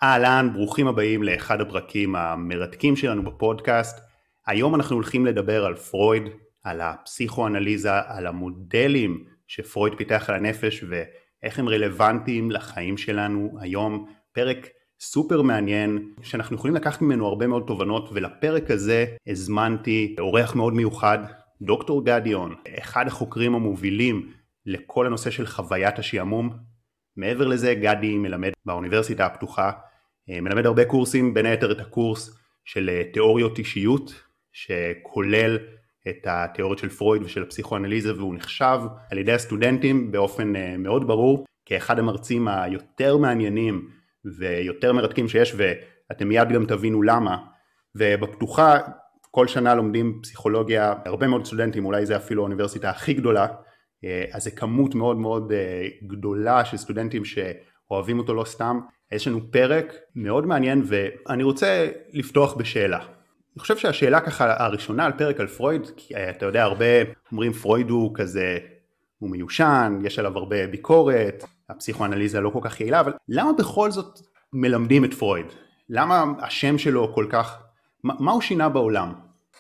אהלן, ברוכים הבאים לאחד הפרקים המרתקים שלנו בפודקאסט. היום אנחנו הולכים לדבר על פרויד, על הפסיכואנליזה, על המודלים שפרויד פיתח על הנפש ואיך הם רלוונטיים לחיים שלנו היום. פרק סופר מעניין שאנחנו יכולים לקחת ממנו הרבה מאוד תובנות, ולפרק הזה הזמנתי אורח מאוד מיוחד, דוקטור גדי און, אחד החוקרים המובילים לכל הנושא של חוויית השעמום. מעבר לזה, גדי מלמד באוניברסיטה הפתוחה, מלמד הרבה קורסים, בין היתר את הקורס של תיאוריות אישיות, שכולל את התיאוריות של פרויד ושל הפסיכואנליזה, והוא נחשב על ידי הסטודנטים באופן מאוד ברור, כאחד המרצים היותר מעניינים ויותר מרתקים שיש, ואתם מיד גם תבינו למה. ובפתוחה כל שנה לומדים פסיכולוגיה, הרבה מאוד סטודנטים, אולי זה אפילו האוניברסיטה הכי גדולה, אז זה כמות מאוד מאוד גדולה של סטודנטים שאוהבים אותו לא סתם. יש לנו פרק מאוד מעניין, ואני רוצה לפתוח בשאלה. אני חושב שהשאלה ככה הראשונה על פרק על פרויד, כי אתה יודע, הרבה אומרים פרויד הוא כזה, הוא מיושן, יש עליו הרבה ביקורת, הפסיכואנליזה לא כל כך יעילה, אבל למה בכל זאת מלמדים את פרויד? למה השם שלו כל כך, מה הוא שינה בעולם?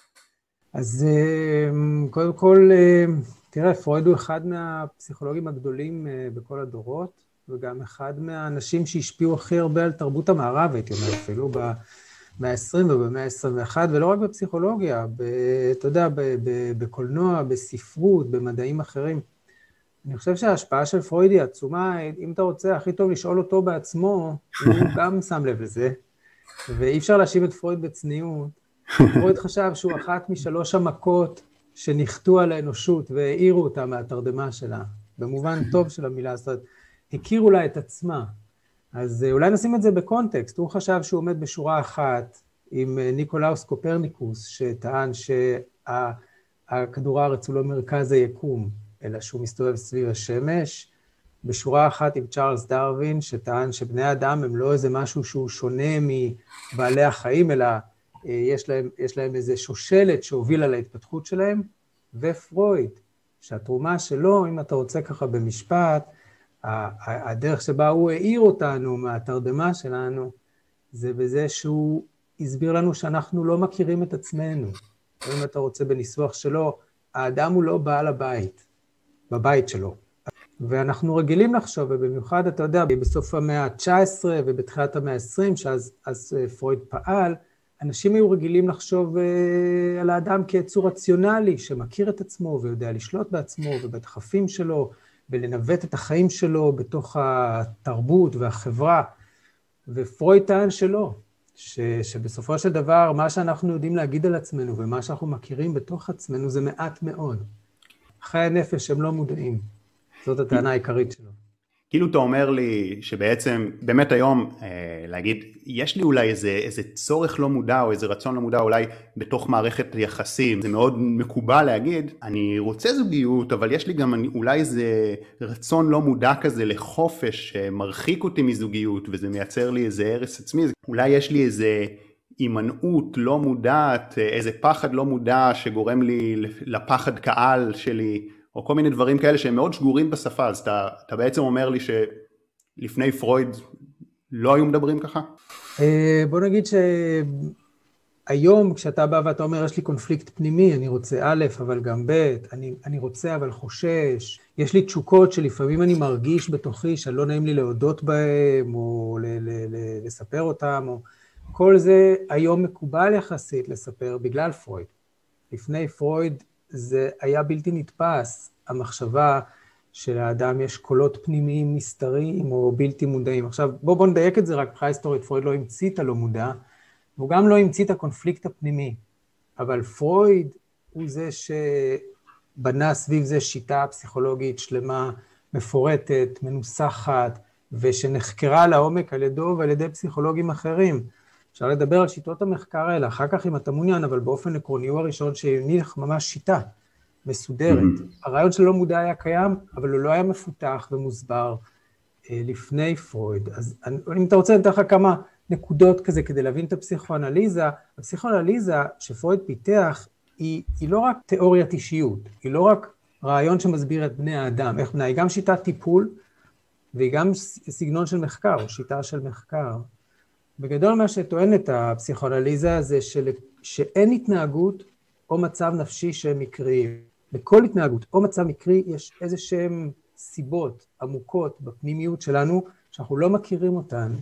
אז קודם כל, תראה, פרויד הוא אחד מהפסיכולוגים הגדולים בכל הדורות, וגם אחד מהאנשים שהשפיעו הכי הרבה על תרבות המערב, הייתי אומר, אפילו במאה ה-20 ובמאה ה-21, ולא רק בפסיכולוגיה, אתה יודע, בקולנוע, בספרות, במדעים אחרים. אני חושב שההשפעה של פרויד היא עצומה, אם אתה רוצה, הכי טוב לשאול אותו בעצמו, הוא גם שם לב לזה, ואי אפשר להאשים את פרויד בצניעות. פרויד חשב שהוא אחת משלוש המכות שנחתו על האנושות והעירו אותה מהתרדמה שלה, במובן טוב של המילה, זאת אומרת, הכירו לה את עצמה. אז אולי נשים את זה בקונטקסט. הוא חשב שהוא עומד בשורה אחת עם ניקולאוס קופרניקוס, שטען שהכדור הארץ הוא לא מרכז היקום, אלא שהוא מסתובב סביב השמש, בשורה אחת עם צ'ארלס דרווין, שטען שבני אדם הם לא איזה משהו שהוא שונה מבעלי החיים, אלא יש להם איזה שושלת שהובילה להתפתחות שלהם, ופרויד, שהתרומה שלו, אם אתה רוצה ככה במשפט, הדרך שבה הוא העיר אותנו מהתרדמה שלנו, זה בזה שהוא הסביר לנו שאנחנו לא מכירים את עצמנו. אם אתה רוצה בניסוח שלו, האדם הוא לא בעל הבית, בבית שלו. ואנחנו רגילים לחשוב, ובמיוחד, אתה יודע, בסוף המאה ה-19 ובתחילת המאה ה-20, שאז פרויד פעל, אנשים היו רגילים לחשוב על האדם כיצור רציונלי, שמכיר את עצמו ויודע לשלוט בעצמו ובדחפים שלו, ולנווט את החיים שלו בתוך התרבות והחברה. ופרויד טען שלא, שבסופו של דבר, מה שאנחנו יודעים להגיד על עצמנו, ומה שאנחנו מכירים בתוך עצמנו, זה מעט מאוד. חיי הנפש הם לא מודעים. זאת הטענה העיקרית שלו. כאילו אתה אומר לי שבעצם, באמת היום, להגיד, יש לי אולי איזה צורך לא מודע, או איזה רצון לא מודע, אולי בתוך מערכת יחסים, זה מאוד מקובל להגיד, אני רוצה זוגיות, אבל יש לי גם אולי איזה רצון לא מודע כזה לחופש, שמרחיק אותי מזוגיות, וזה מייצר לי איזה הרס עצמי, אולי יש לי איזה הימנעות לא מודעת, איזה פחד לא מודע שגורם לי לפחד קהל שלי, או כל מיני דברים כאלה שהם מאוד שגורים בשפה. אז אתה בעצם אומר לי שלפני פרויד לא היו מדברים ככה? בוא נגיד שהיום כשאתה בא ואתה אומר, יש לי קונפליקט פנימי, אני רוצה א', אבל גם ב', אני רוצה אבל חושש, יש לי תשוקות שלפעמים אני מרגיש בתוכי שלא נעים לי להודות בהם, או לספר אותם, או כל זה היום מקובל יחסית לספר בגלל פרויד. לפני פרויד זה היה בלתי נתפס, המחשבה שלאדם יש קולות פנימיים נסתרים או בלתי מודעים. עכשיו, בוא נדייק את זה רק, מבחינה היסטורית, פרויד לא המציא את הלא מודע, והוא גם לא המציא את הקונפליקט הפנימי. אבל פרויד הוא זה שבנה סביב זה שיטה פסיכולוגית שלמה, מפורטת, מנוסחת, ושנחקרה לעומק על ידו ועל ידי פסיכולוגים אחרים. אפשר לדבר על שיטות המחקר האלה, אחר כך אם אתה מעוניין, אבל באופן עקרוני הוא הראשון שהניח ממש שיטה מסודרת. הרעיון של לא מודע היה קיים, אבל הוא לא היה מפותח ומוסבר לפני פרויד. אז אם אתה רוצה, אני אתן לך כמה נקודות כזה כדי להבין את הפסיכואנליזה. הפסיכואנליזה שפרויד פיתח היא לא רק תיאוריית אישיות, היא לא רק רעיון שמסביר את בני האדם, איך בני, היא גם שיטת טיפול, והיא גם סגנון של מחקר, שיטה של מחקר. בגדול מה שטוענת הפסיכואנליזה זה שאין התנהגות או מצב נפשי שהם מקריים. לכל התנהגות או מצב מקרי יש איזה שהם סיבות עמוקות בפנימיות שלנו שאנחנו לא מכירים אותן,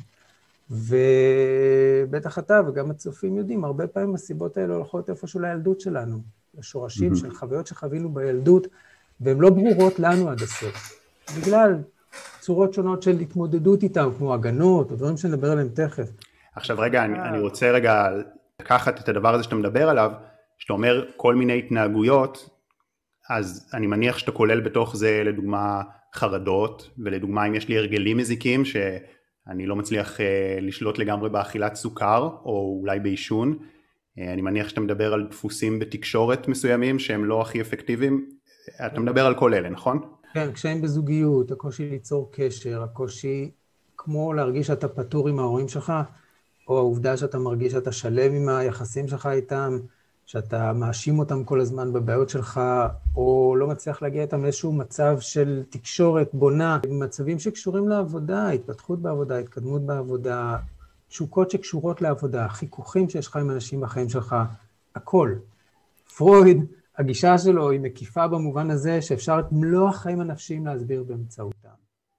ובטח אתה וגם הצופים יודעים, הרבה פעמים הסיבות האלה הולכות איפשהו לילדות שלנו, לשורשים של חוויות שחווינו בילדות, והן לא ברורות לנו עד הסוף, בגלל צורות שונות של התמודדות איתם, כמו הגנות או דברים שנדבר עליהם תכף. עכשיו רגע, אני רוצה רגע לקחת את הדבר הזה שאתה מדבר עליו, שאתה אומר כל מיני התנהגויות, אז אני מניח שאתה כולל בתוך זה לדוגמה חרדות, ולדוגמה אם יש לי הרגלים מזיקים שאני לא מצליח לשלוט לגמרי באכילת סוכר, או אולי בעישון, אני מניח שאתה מדבר על דפוסים בתקשורת מסוימים שהם לא הכי אפקטיביים, אתה מדבר על כל אלה, נכון? כן, קשיים בזוגיות, הקושי ליצור קשר, הקושי כמו להרגיש שאתה פטור עם ההורים שלך, או העובדה שאתה מרגיש שאתה שלם עם היחסים שלך איתם, שאתה מאשים אותם כל הזמן בבעיות שלך, או לא מצליח להגיע איתם לאיזשהו מצב של תקשורת בונה, מצבים שקשורים לעבודה, התפתחות בעבודה, התקדמות בעבודה, תשוקות שקשורות לעבודה, חיכוכים שיש לך עם אנשים בחיים שלך, הכל. פרויד, הגישה שלו היא מקיפה במובן הזה שאפשר את מלוא החיים הנפשיים להסביר באמצעותם.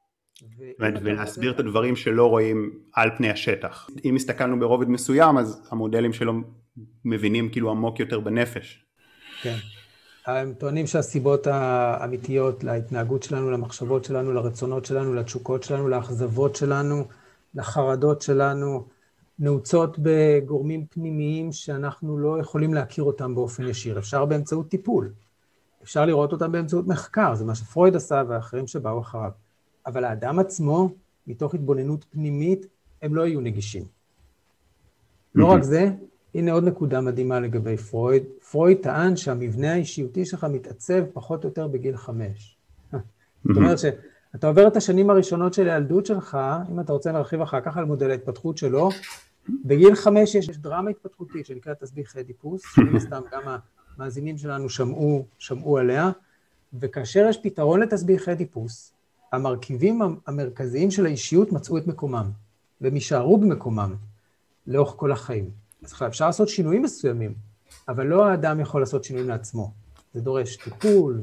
ולהסביר את הדברים שלא רואים על פני השטח. אם הסתכלנו ברובד מסוים, אז המודלים שלו מבינים כאילו עמוק יותר בנפש. כן. הם טוענים שהסיבות האמיתיות להתנהגות שלנו, למחשבות שלנו, לרצונות שלנו, לתשוקות שלנו, לאכזבות שלנו, לחרדות שלנו, נעוצות בגורמים פנימיים שאנחנו לא יכולים להכיר אותם באופן ישיר. אפשר באמצעות טיפול. אפשר לראות אותם באמצעות מחקר, זה מה שפרויד עשה ואחרים שבאו אחריו. אבל האדם עצמו, מתוך התבוננות פנימית, הם לא יהיו נגישים. לא רק זה, הנה עוד נקודה מדהימה לגבי פרויד. פרויד טען שהמבנה האישיותי שלך מתעצב פחות או יותר בגיל 5. זאת אומרת שאתה עובר את השנים הראשונות של הילדות שלך, אם אתה רוצה להרחיב אחר כך על מודל ההתפתחות שלו, בגיל 5 יש דרמה התפתחותית שנקראת תסביך אדיפוס, שמן הסתם גם המאזינים שלנו שמעו עליה, וכאשר יש פתרון לתסביך אדיפוס, המרכיבים המרכזיים של האישיות מצאו את מקומם, והם יישארו במקומם לאורך כל החיים. אז אפשר לעשות שינויים מסוימים, אבל לא האדם יכול לעשות שינויים לעצמו. זה דורש טיפול,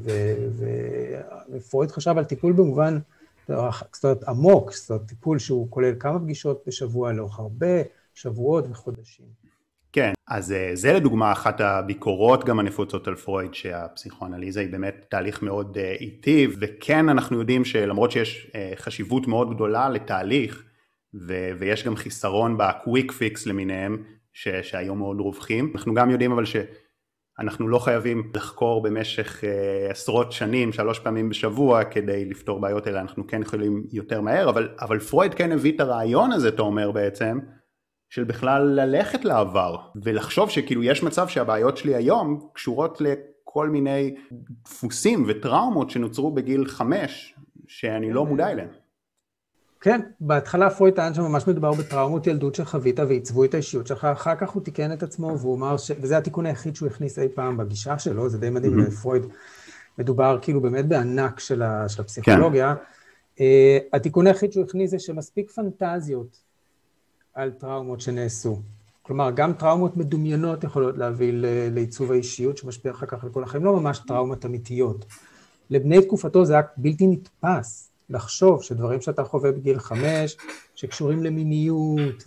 ופרויד חשב על טיפול במובן קצת עמוק, זאת אומרת, טיפול שהוא כולל כמה פגישות בשבוע, לאורך הרבה שבועות וחודשים. כן, אז זה לדוגמה אחת הביקורות גם הנפוצות על פרויד, שהפסיכואנליזה היא באמת תהליך מאוד איטי, וכן אנחנו יודעים שלמרות שיש חשיבות מאוד גדולה לתהליך, ויש גם חיסרון בקוויק פיקס למיניהם, שהיום מאוד רווחים, אנחנו גם יודעים אבל שאנחנו לא חייבים לחקור במשך עשרות שנים, 3 פעמים בשבוע, כדי לפתור בעיות האלה, אנחנו כן יכולים יותר מהר, אבל פרויד כן הביא את הרעיון הזה, אתה אומר בעצם, של בכלל ללכת לעבר, ולחשוב שכאילו יש מצב שהבעיות שלי היום קשורות לכל מיני דפוסים וטראומות שנוצרו בגיל 5, שאני לא מודע אליהם. כן, בהתחלה פרויד טען שממש מדובר בטראומות ילדות שחווית ועיצבו את האישיות שלך, אחר כך הוא תיקן את עצמו והוא אמר, וזה התיקון היחיד שהוא הכניס אי פעם בגישה שלו, זה די מדהים לפרויד, מדובר כאילו באמת בענק של הפסיכולוגיה, התיקון היחיד שהוא הכניס זה שמספיק פנטזיות על טראומות שנעשו, כלומר גם טראומות מדומיינות יכולות להביא לעיצוב האישיות שמשפיע אחר כך על כל החיים, לא ממש טראומות אמיתיות, לבני תקופתו זה היה בלתי נתפס, לחשוב שדברים שאתה חווה בגיל 5, שקשורים למיניות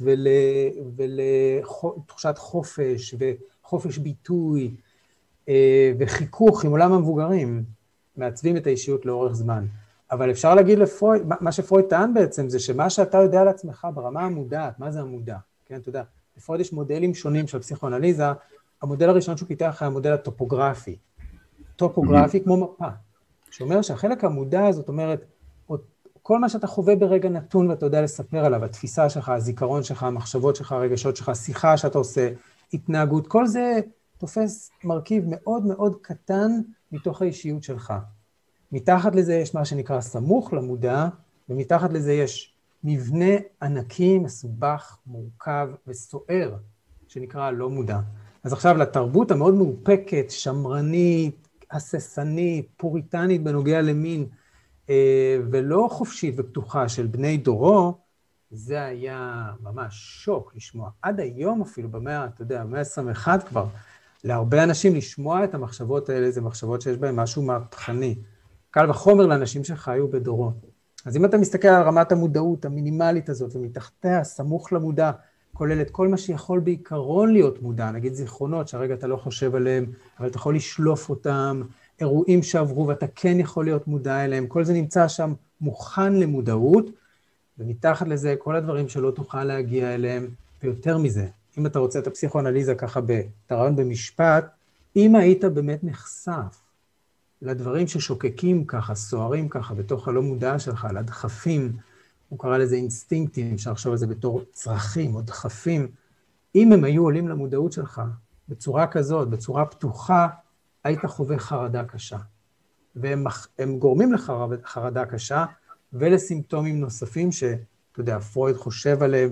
ולתחושת חופש וחופש ביטוי וחיכוך עם עולם המבוגרים, מעצבים את האישיות לאורך זמן. אבל אפשר להגיד לפרויד, מה שפרויד טען בעצם זה שמה שאתה יודע על עצמך ברמה המודעת, מה זה המודע? כן, אתה יודע, לפרויד יש מודלים שונים של פסיכואנליזה, המודל הראשון שהוא פיתח היה המודל הטופוגרפי. טופוגרפי כמו מפה, שאומר שהחלק המודע זאת אומרת, כל מה שאתה חווה ברגע נתון ואתה יודע לספר עליו, התפיסה שלך, הזיכרון שלך, המחשבות שלך, הרגשות שלך, שיחה שאתה עושה, התנהגות, כל זה תופס מרכיב מאוד מאוד קטן מתוך האישיות שלך. מתחת לזה יש מה שנקרא סמוך למודע, ומתחת לזה יש מבנה ענקי, מסובך, מורכב וסוער, שנקרא לא מודע. אז עכשיו לתרבות המאוד מאופקת, שמרנית, הססנית, פוריטנית בנוגע למין, ולא חופשית ופתוחה של בני דורו, זה היה ממש שוק לשמוע. עד היום אפילו, במאה, אתה יודע, במאה ה-21 כבר, להרבה אנשים לשמוע את המחשבות האלה, זה מחשבות שיש בהן משהו מהפכני. קל וחומר לאנשים שחיו בדורו. אז אם אתה מסתכל על רמת המודעות המינימלית הזאת, ומתחתיה, סמוך למודע, כולל את כל מה שיכול בעיקרון להיות מודע, נגיד זיכרונות שהרגע אתה לא חושב עליהם, אבל אתה יכול לשלוף אותם, אירועים שעברו ואתה כן יכול להיות מודע אליהם, כל זה נמצא שם מוכן למודעות, ומתחת לזה כל הדברים שלא תוכל להגיע אליהם, ויותר מזה, אם אתה רוצה את הפסיכואנליזה ככה, את הרעיון במשפט, אם היית באמת נחשף לדברים ששוקקים ככה, סוערים ככה, בתוך הלא מודע שלך, לדחפים, הוא קרא לזה אינסטינקטים, אפשר לחשוב על זה בתור צרכים או דחפים, אם הם היו עולים למודעות שלך, בצורה כזאת, בצורה פתוחה, היית חווה חרדה קשה. והם גורמים לחרדה קשה, ולסימפטומים נוספים שאתה יודע, פרויד חושב עליהם,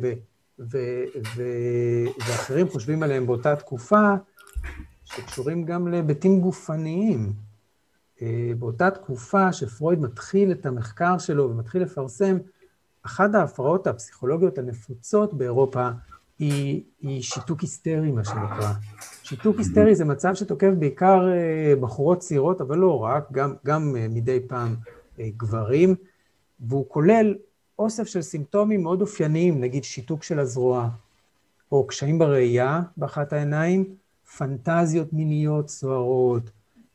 ואחרים חושבים עליהם באותה תקופה, שקשורים גם להיבטים גופניים. באותה תקופה שפרויד מתחיל את המחקר שלו ומתחיל לפרסם, אחת ההפרעות הפסיכולוגיות הנפוצות באירופה היא שיתוק היסטרי, מה שנקרא. שיתוק היסטרי זה מצב שתוקף בעיקר בחורות צעירות, אבל לא רק, גם מדי פעם גברים, והוא כולל אוסף של סימפטומים מאוד אופייניים, נגיד שיתוק של הזרוע, או קשיים בראייה באחת העיניים, פנטזיות מיניות סוערות,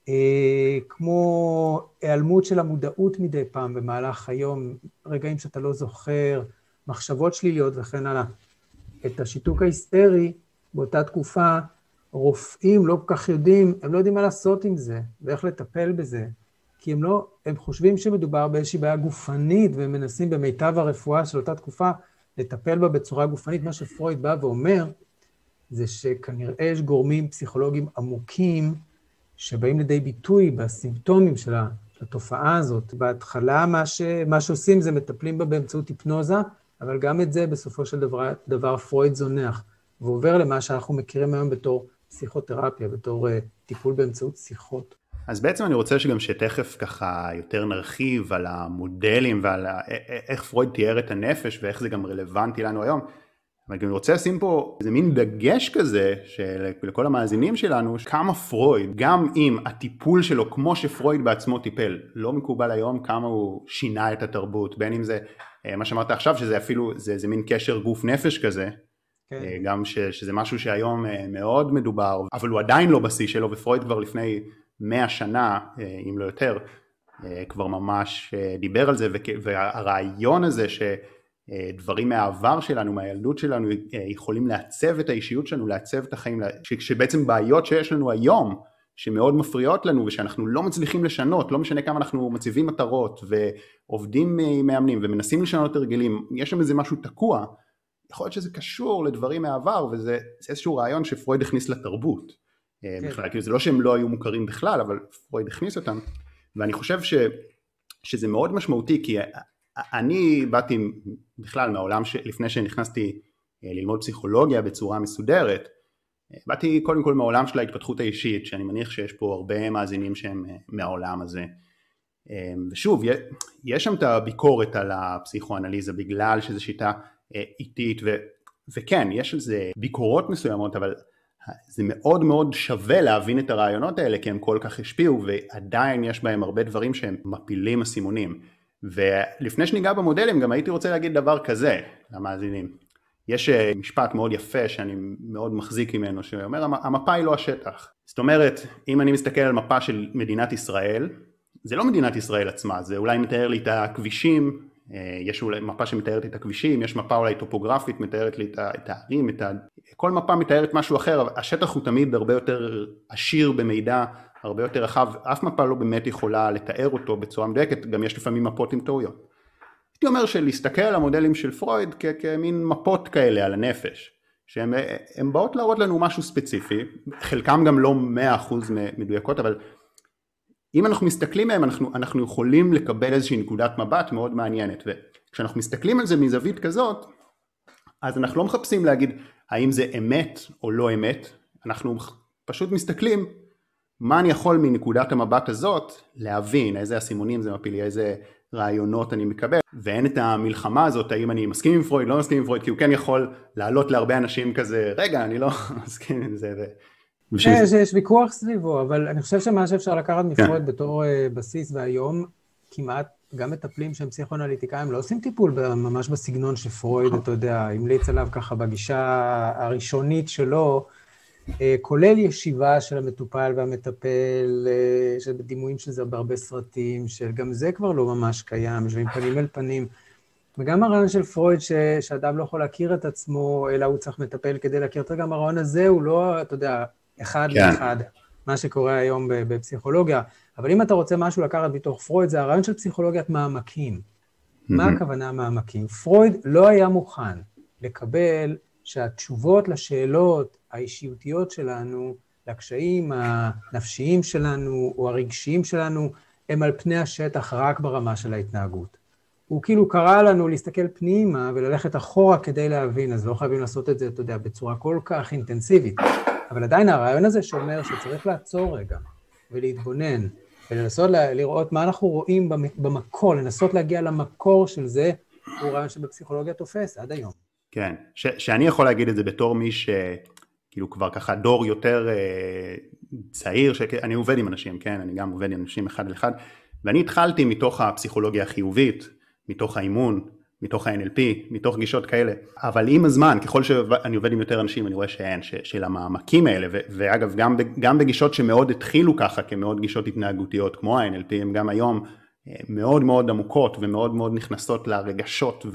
כמו היעלמות של המודעות מדי פעם במהלך היום, רגעים שאתה לא זוכר, מחשבות שליליות וכן הלאה. את השיתוק ההיסטרי באותה תקופה, רופאים לא כל כך יודעים, הם לא יודעים מה לעשות עם זה, ואיך לטפל בזה, כי הם חושבים שמדובר באיזושהי בעיה גופנית, והם מנסים במיטב הרפואה של אותה תקופה, לטפל בה בצורה גופנית. מה שפרויד בא ואומר, זה שכנראה יש גורמים פסיכולוגיים עמוקים, שבאים לידי ביטוי בסימפטומים של התופעה הזאת. בהתחלה מה שעושים זה מטפלים בה באמצעות היפנוזה, אבל גם את זה בסופו של דבר פרויד זונח, ועובר למה שאנחנו מכירים היום בתור פסיכותרפיה, בתור טיפול באמצעות שיחות. אז בעצם אני רוצה שגם שתכף ככה יותר נרחיב על המודלים ועל איך פרויד תיאר את הנפש ואיך זה גם רלוונטי לנו היום. אבל גם אני רוצה לשים פה איזה מין דגש כזה שלכל המאזינים שלנו, כמה פרויד, גם אם הטיפול שלו כמו שפרויד בעצמו טיפל, לא מקובל היום, כמה הוא שינה את התרבות, בין אם זה מה שאמרת עכשיו, שזה אפילו, זה מין קשר גוף נפש כזה, כן. גם שזה משהו שהיום מאוד מדובר, אבל הוא עדיין לא בשיא שלו, ופרויד כבר לפני 100 שנה, אם לא יותר, כבר ממש דיבר על זה, והרעיון הזה שדברים מהעבר שלנו, מהילדות שלנו, יכולים לעצב את האישיות שלנו, לעצב את החיים, שבעצם בעיות שיש לנו היום, שמאוד מפריעות לנו ושאנחנו לא מצליחים לשנות, לא משנה כמה אנחנו מציבים מטרות ועובדים מאמנים ומנסים לשנות הרגלים, יש שם איזה משהו תקוע, יכול להיות שזה קשור לדברים מהעבר, וזה איזשהו רעיון שפרויד הכניס לתרבות. בכלל, כאילו זה לא שהם לא היו מוכרים בכלל, אבל פרויד הכניס אותם, ואני חושב שזה מאוד משמעותי, כי אני באתי בכלל מהעולם לפני שנכנסתי ללמוד פסיכולוגיה בצורה מסודרת, באתי קודם כל מהעולם של ההתפתחות האישית, שאני מניח שיש פה הרבה מאזינים שהם מהעולם הזה. ושוב, יש שם את הביקורת על הפסיכואנליזה, בגלל שזו שיטה איטית, וכן, יש על זה ביקורות מסוימות, אבל זה מאוד מאוד שווה להבין את הרעיונות האלה, כי הם כל כך השפיעו, ועדיין יש בהם הרבה דברים שהם מפילים הסימונים. ולפני שניגע במודלים, גם הייתי רוצה להגיד דבר כזה למאזינים. יש משפט מאוד יפה שאני מאוד מחזיק ממנו, שאומר, המפה היא לא השטח. זאת אומרת, אם אני מסתכל על מפה של מדינת ישראל, זה לא מדינת ישראל עצמה, זה אולי מתאר לי את הכבישים, יש אולי מפה שמתארת את הכבישים, יש מפה אולי טופוגרפית, מתארת לי את הערים, כל מפה מתארת משהו אחר, אבל השטח הוא תמיד הרבה יותר עשיר במידע, הרבה יותר רחב, אף מפה לא באמת יכולה לתאר אותו בצורה מדויקת, גם יש לפעמים מפות עם טעויות. הייתי אומר שלהסתכל על המודלים של פרויד כמין מפות כאלה על הנפש, שהן באות להראות לנו משהו ספציפי, חלקם גם לא 100% מדויקות, אבל אם אנחנו מסתכלים מהם, אנחנו יכולים לקבל איזושהי נקודת מבט מאוד מעניינת, וכשאנחנו מסתכלים על זה מזווית כזאת, אז אנחנו לא מחפשים להגיד האם זה אמת או לא אמת, אנחנו פשוט מסתכלים מה אני יכול מנקודת המבט הזאת להבין, איזה הסימונים זה מפיל לי, איזה רעיונות אני מקבל, ואין את המלחמה הזאת, האם אני מסכים עם פרויד, לא מסכים עם פרויד, כי הוא כן יכול לעלות להרבה אנשים כזה, רגע, אני לא מסכים עם זה. יש ויכוח סביבו, אבל אני חושב שמה שאפשר לקחת מפרויד בתור בסיס, והיום כמעט גם מטפלים שהם פסיכואנליטיקאים, לא עושים טיפול ממש בסגנון שפרויד, אתה יודע, המליץ עליו ככה בגישה הראשונית שלו, כולל ישיבה של המטופל והמטפל, של דימויים של זה בהרבה סרטים, שגם זה כבר לא ממש קיים, יושבים פנים אל פנים. וגם הרעיון של פרויד שאדם לא יכול להכיר את עצמו, אלא הוא צריך מטפל כדי להכיר את גם הרעיון הזה, הוא לא, אתה יודע, אחד לאחד, מה שקורה היום בפסיכולוגיה. אבל אם אתה רוצה משהו לקחת בתוך פרויד, זה הרעיון של פסיכולוגיית מעמקים. מה הכוונה מעמקים? פרויד לא היה מוכן לקבל שהתשובות לשאלות האישיותיות שלנו, לקשיים הנפשיים שלנו או הרגשיים שלנו, הם על פני השטח רק ברמה של ההתנהגות. הוא כאילו קרא לנו להסתכל פנימה וללכת אחורה כדי להבין, אז לא חייבים לעשות את זה, אתה יודע, בצורה כל כך אינטנסיבית. אבל עדיין הרעיון הזה שאומר שצריך לעצור רגע ולהתבונן, ולנסות לראות מה אנחנו רואים במקור, לנסות להגיע למקור של זה, הוא רעיון שבפסיכולוגיה תופס עד היום. כן, שאני יכול להגיד את זה בתור מי שכאילו כבר ככה דור יותר צעיר, שאני עובד עם אנשים, כן, אני גם עובד עם אנשים אחד על אחד, ואני התחלתי מתוך הפסיכולוגיה החיובית, מתוך האימון, מתוך ה-NLP, מתוך גישות כאלה, אבל עם הזמן, ככל שאני עובד עם יותר אנשים, אני רואה שאין, של המעמקים האלה, ואגב, גם בגישות שמאוד התחילו ככה, כמאוד גישות התנהגותיות, כמו ה-NLP, הם גם היום מאוד מאוד עמוקות, ומאוד מאוד נכנסות לרגשות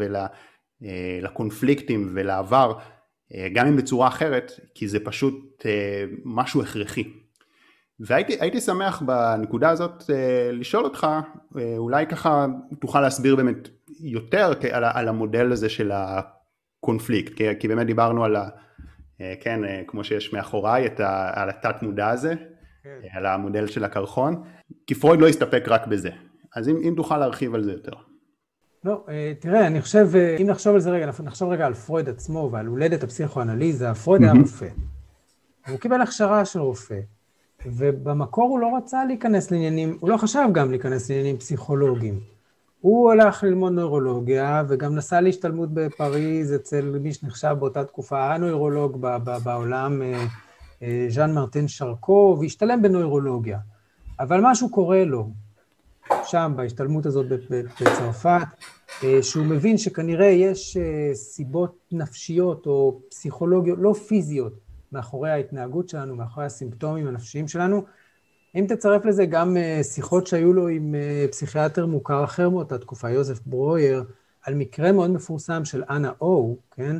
לקונפליקטים ולעבר, גם אם בצורה אחרת, כי זה פשוט משהו הכרחי. והייתי שמח בנקודה הזאת לשאול אותך, אולי ככה תוכל להסביר באמת יותר על המודל הזה של הקונפליקט, כי באמת דיברנו על, כן, כמו שיש מאחוריי, על התת מודע הזה, על המודל של הקרחון, כי פרויד לא הסתפק רק בזה. אז אם תוכל להרחיב על זה יותר. לא, תראה, אני חושב, אם נחשוב על זה רגע, נחשוב רגע על פרויד עצמו ועל הולדת הפסיכואנליזה, פרויד היה רופא. הוא קיבל הכשרה של רופא, ובמקור הוא לא רצה להיכנס לעניינים, הוא לא חשב גם להיכנס לעניינים פסיכולוגיים. הוא הלך ללמוד נוירולוגיה, וגם נסע להשתלמות בפריז אצל מי שנחשב באותה תקופה, הנוירולוג בעולם, ז'אן מרטין שרקו, והשתלם בנוירולוגיה. אבל משהו קורה לו, שם, בהשתלמות הזאת בצרפת, שהוא מבין שכנראה יש סיבות נפשיות או פסיכולוגיות, לא פיזיות, מאחורי ההתנהגות שלנו, מאחורי הסימפטומים הנפשיים שלנו. אם תצרף לזה גם שיחות שהיו לו עם פסיכיאטר מוכר אחר מאותה תקופה, יוזף ברויר, על מקרה מאוד מפורסם של אנה או, כן?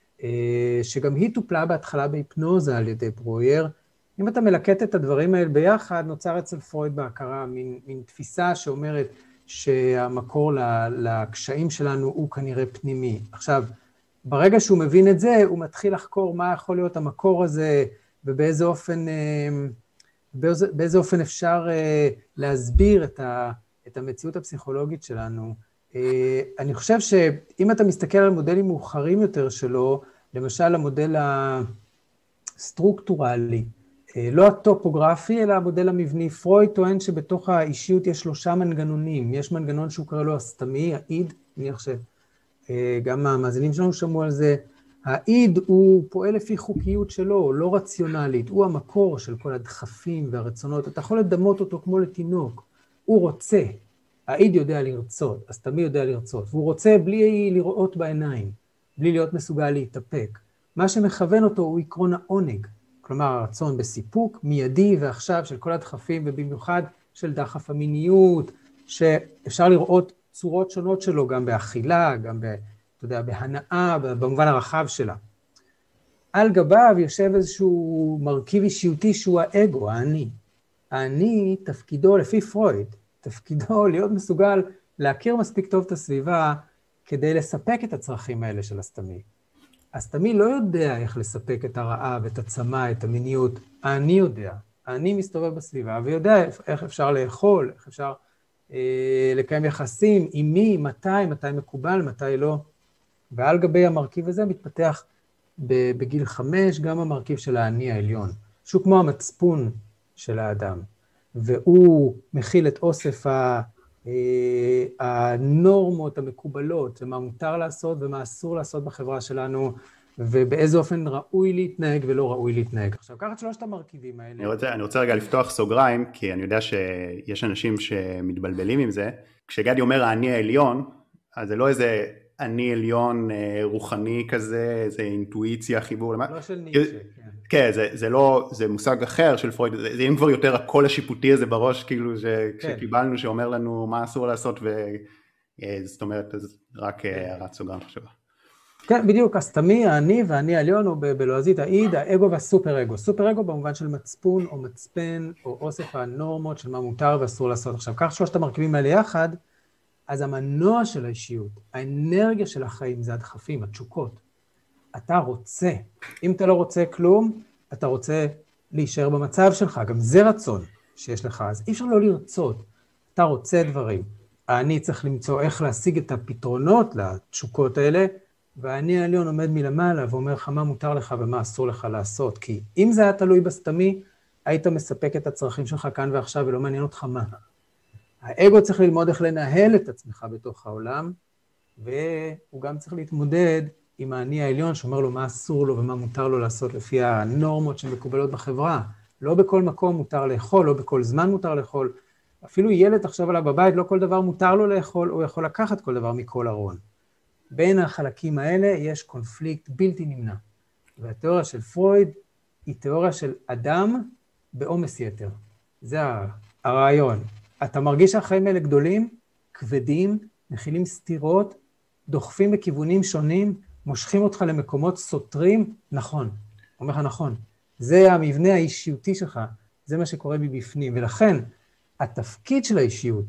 שגם היא טופלה בהתחלה בהיפנוזה על ידי ברויר. אם אתה מלקט את הדברים האלה ביחד, נוצר אצל פרויד בהכרה, מין תפיסה שאומרת שהמקור לקשיים שלנו הוא כנראה פנימי. עכשיו, ברגע שהוא מבין את זה, הוא מתחיל לחקור מה יכול להיות המקור הזה, ובאיזה אופן אפשר להסביר את המציאות הפסיכולוגית שלנו. אני חושב שאם אתה מסתכל על מודלים מאוחרים יותר שלו, למשל המודל הסטרוקטורלי, לא הטופוגרפי, אלא המודל המבני, פרויד טוען שבתוך האישיות יש 3 מנגנונים. יש מנגנון שהוא קורא לו הסתמי, האיד, אני חושב, גם המאזינים שלנו שמעו על זה. האיד הוא פועל לפי חוקיות שלו, לא רציונלית, הוא המקור של כל הדחפים והרצונות, אתה יכול לדמות אותו כמו לתינוק, הוא רוצה, האיד יודע לרצות, אז תמיד יודע לרצות, והוא רוצה בלי לראות בעיניים, בלי להיות מסוגל להתאפק. מה שמכוון אותו הוא עקרון העונג, כלומר הרצון בסיפוק מיידי ועכשיו של כל הדחפים, ובמיוחד של דחף המיניות, שאפשר לראות צורות שונות שלו, גם באכילה, גם אתה יודע, בהנאה, במובן הרחב שלה. על גביו יושב איזשהו מרכיב אישיותי שהוא האגו, האני. האני, תפקידו, לפי פרויד, תפקידו להיות מסוגל להכיר מספיק טוב את הסביבה, כדי לספק את הצרכים האלה של הסתמי. הסתמי לא יודע איך לספק את הרעב, את הצמא, את המיניות. האני יודע. האני מסתובב בסביבה, ויודע איך אפשר לאכול, איך אפשר לקיים יחסים, עם מי, מתי מקובל, מתי לא. ועל גבי המרכיב הזה מתפתח בגיל 5 גם המרכיב של האני העליון, שהוא כמו המצפון של האדם, והוא מכיל את אוסף הנורמות המקובלות, ומה מותר לעשות ומה אסור לעשות בחברה שלנו, ובאיזה אופן ראוי להתנהג ולא ראוי להתנהג. עכשיו, קח את שלושת המרכיבים האלה. אני רוצה רגע לפתוח סוגריים, כי אני יודע שיש אנשים שמתבלבלים עם זה. כשגדי אומר האני העליון, אז זה לא איזה אני עליון רוחני כזה, איזה אינטואיציה, חיבור. לא של ניטשה, כן. כן, זה מושג אחר של פרויד, זה אם כבר יותר הקול השיפוטי הזה בראש, כאילו שקיבלנו, שאומר לנו מה אסור לעשות, זאת אומרת, רק הערת סוגריים חשובה. כן, בדיוק, הסתמי, האני והאני העליון, או בלועזית, האיד, האגו והסופר אגו. סופר אגו במובן של מצפון או מצפן, או אוסף הנורמות של מה מותר ואסור לעשות. עכשיו, כך שלושת המרכיבים האלה יחד, אז המנוע של האישיות, האנרגיה של החיים, זה הדחפים, התשוקות. אתה רוצה. אם אתה לא רוצה כלום, אתה רוצה להישאר במצב שלך. גם זה רצון שיש לך, אז אי אפשר לא לרצות. אתה רוצה דברים. אני צריך למצוא איך להשיג את הפתרונות לתשוקות האלה, והאני העליון עומד מלמעלה ואומר לך מה מותר לך ומה אסור לך לעשות. כי אם זה היה תלוי בסתמי, היית מספק את הצרכים שלך כאן ועכשיו ולא מעניין אותך מה. האגו צריך ללמוד איך לנהל את עצמך בתוך העולם, והוא גם צריך להתמודד עם האני העליון שאומר לו מה אסור לו ומה מותר לו לעשות לפי הנורמות שמקובלות בחברה. לא בכל מקום מותר לאכול, לא בכל זמן מותר לאכול. אפילו ילד תחשוב עליו בבית, לא כל דבר מותר לו לאכול, הוא יכול לקחת כל דבר מכל ארון. בין החלקים האלה יש קונפליקט בלתי נמנע. והתיאוריה של פרויד היא תיאוריה של אדם בעומס יתר. זה הרעיון. אתה מרגיש שהחיים האלה גדולים, כבדים, מכילים סתירות, דוחפים בכיוונים שונים, מושכים אותך למקומות סותרים, נכון. אומר לך נכון. זה המבנה האישיותי שלך, זה מה שקורה מבפנים. ולכן, התפקיד של האישיות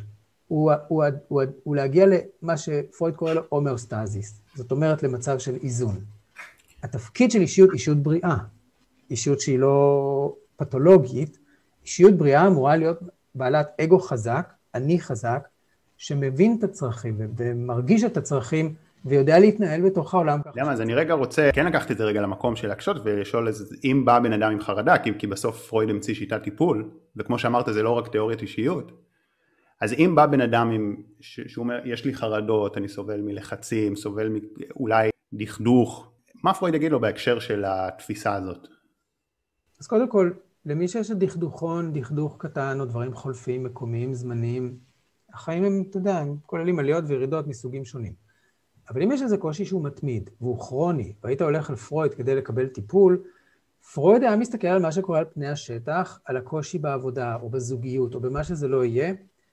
הוא להגיע למה שפרויד קורא לו הומאוסטזיס. זאת אומרת, למצב של איזון. התפקיד של אישיות, אישיות בריאה. אישיות שהיא לא פתולוגית. אישיות בריאה אמורה להיות בעלת אגו חזק, אני חזק, שמבין את הצרכים ומרגיש את הצרכים, ויודע להתנהל בתוך העולם. למה? אז אני רגע רוצה, כן לקחת את זה רגע למקום של להקשות, ולשאול אם בא בן אדם עם חרדה, כי בסוף פרויד המציא שיטת טיפול, וכמו שאמרת זה לא רק תיאוריית אישיות, אז אם בא בן אדם שהוא אומר, יש לי חרדות, אני סובל מלחצים, סובל אולי דכדוך, מה פרויד יגיד לו בהקשר של התפיסה הזאת? אז קודם כל, למי שיש דכדוכון, דכדוך קטן, או דברים חולפים, מקומיים, זמניים, החיים הם, אתה יודע, הם כוללים עליות וירידות מסוגים שונים. אבל אם יש איזה קושי שהוא מתמיד, והוא כרוני, והיית הולך על פרויד כדי לקבל טיפול, פרויד היה מסתכל על מה שקורה על פני השטח, על הקושי בעבודה, או בזוגיות, או במה שזה לא יהיה,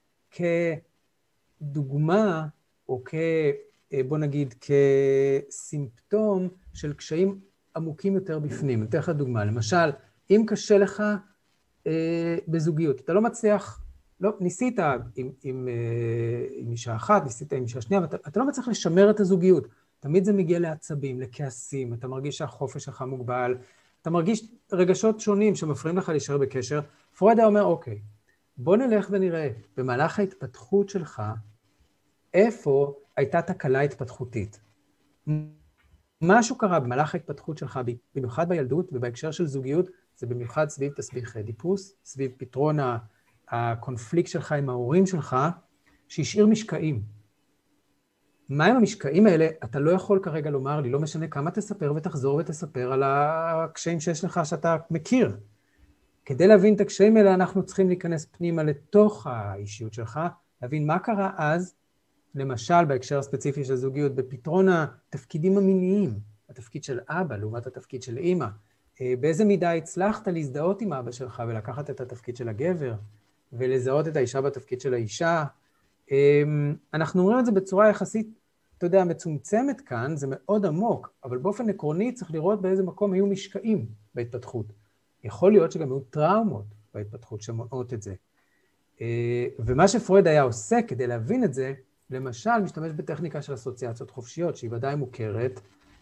כדוגמה, או בוא נגיד, כסימפטום של קשיים עמוקים יותר בפנים. אני אתן לך דוגמה, למשל, אם קשה לך בזוגיות, אתה לא מצליח, לא, ניסית עם אישה אחת, ניסית עם אישה שנייה, אתה לא מצליח לשמר את הזוגיות. תמיד זה מגיע לעצבים, לכעסים, אתה מרגיש שהחופש שלך מוגבל, אתה מרגיש רגשות שונים שמפריעים לך להישאר בקשר. פרויד היה אומר, אוקיי, בוא נלך ונראה, במהלך ההתפתחות שלך, איפה הייתה תקלה התפתחותית? משהו קרה במהלך ההתפתחות שלך, במיוחד בילדות ובהקשר של זוגיות, זה במיוחד סביב תסביך דיפוס, סביב פתרון הקונפליקט שלך עם ההורים שלך, שהשאיר משקעים. מה עם המשקעים האלה? אתה לא יכול כרגע לומר לי, לא משנה כמה תספר ותחזור ותספר על הקשיים שיש לך שאתה מכיר. כדי להבין את הקשיים האלה, אנחנו צריכים להיכנס פנימה לתוך האישיות שלך, להבין מה קרה אז, למשל בהקשר הספציפי של זוגיות, בפתרון התפקידים המיניים, התפקיד של אבא לעומת התפקיד של אמא, באיזה מידה הצלחת להזדהות עם אבא שלך ולקחת את התפקיד של הגבר, ולזהות את האישה בתפקיד של האישה. אנחנו אומרים את זה בצורה יחסית, אתה יודע, מצומצמת כאן, זה מאוד עמוק, אבל באופן עקרוני צריך לראות באיזה מקום היו משקעים בהתפתחות. יכול להיות שגם היו טראומות בהתפתחות שמונעות את זה. ומה שפרויד היה עושה כדי להבין את זה, למשל, משתמש בטכניקה של אסוציאציות חופשיות, שהיא ודאי מוכרת.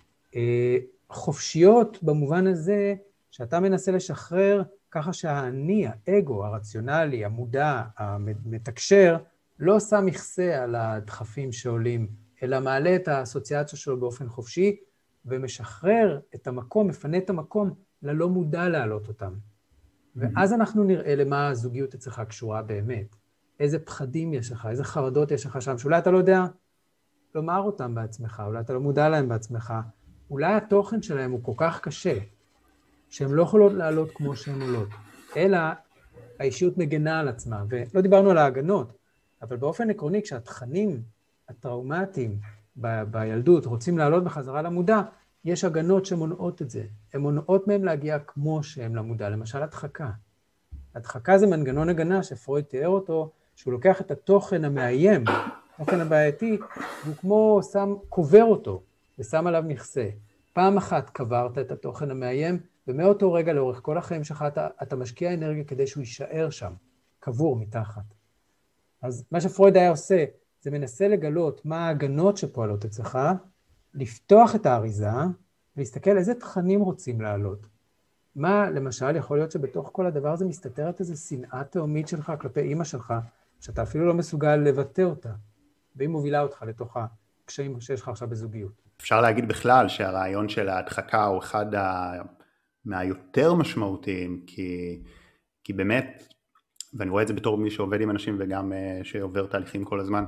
חופשיות במובן הזה שאתה מנסה לשחרר ככה שהאני, האגו, הרציונלי, המודע, המתקשר, לא שם מכסה על הדחפים שעולים, אלא מעלה את האסוציאציה שלו באופן חופשי, ומשחרר את המקום, מפנה את המקום ללא מודע להעלות אותם. ואז אנחנו נראה למה הזוגיות אצלך קשורה באמת. איזה פחדים יש לך, איזה חרדות יש לך שם, שאולי אתה לא יודע לומר אותם בעצמך, אולי אתה לא מודע להם בעצמך, אולי התוכן שלהם הוא כל כך קשה, שהן לא יכולות לעלות כמו שהן עולות, אלא האישיות מגנה על עצמה, ולא דיברנו על ההגנות, אבל באופן עקרוני, כשהתכנים הטראומטיים בילדות רוצים לעלות בחזרה למודע, יש הגנות שמונעות את זה. הן מונעות מהם להגיע כמו שהם למודע, למשל הדחקה. הדחקה זה מנגנון הגנה שפרויד תיאר אותו, שהוא לוקח את התוכן המאיים, התוכן הבעייתי, והוא כמו קובר אותו, ושם עליו מכסה. פעם אחת קברת את התוכן המאיים, ומאותו רגע לאורך כל החיים שלך אתה משקיע אנרגיה כדי שהוא יישאר שם, קבור מתחת. אז מה שפרויד היה עושה, זה מנסה לגלות מה ההגנות שפועלות אצלך, לפתוח את האריזה, ולהסתכל איזה תכנים רוצים לעלות. מה, למשל, יכול להיות שבתוך כל הדבר הזה מסתתרת איזו שנאה תאומית שלך כלפי אמא שלך, שאתה אפילו לא מסוגל לבטא אותה, והיא מובילה אותך לתוך הקשיים שיש לך עכשיו בזוגיות. אפשר להגיד בכלל שהרעיון של ההדחקה הוא אחד מהיותר משמעותיים, כי באמת, ואני רואה את זה בתור מי שעובד עם אנשים וגם שעובר תהליכים כל הזמן,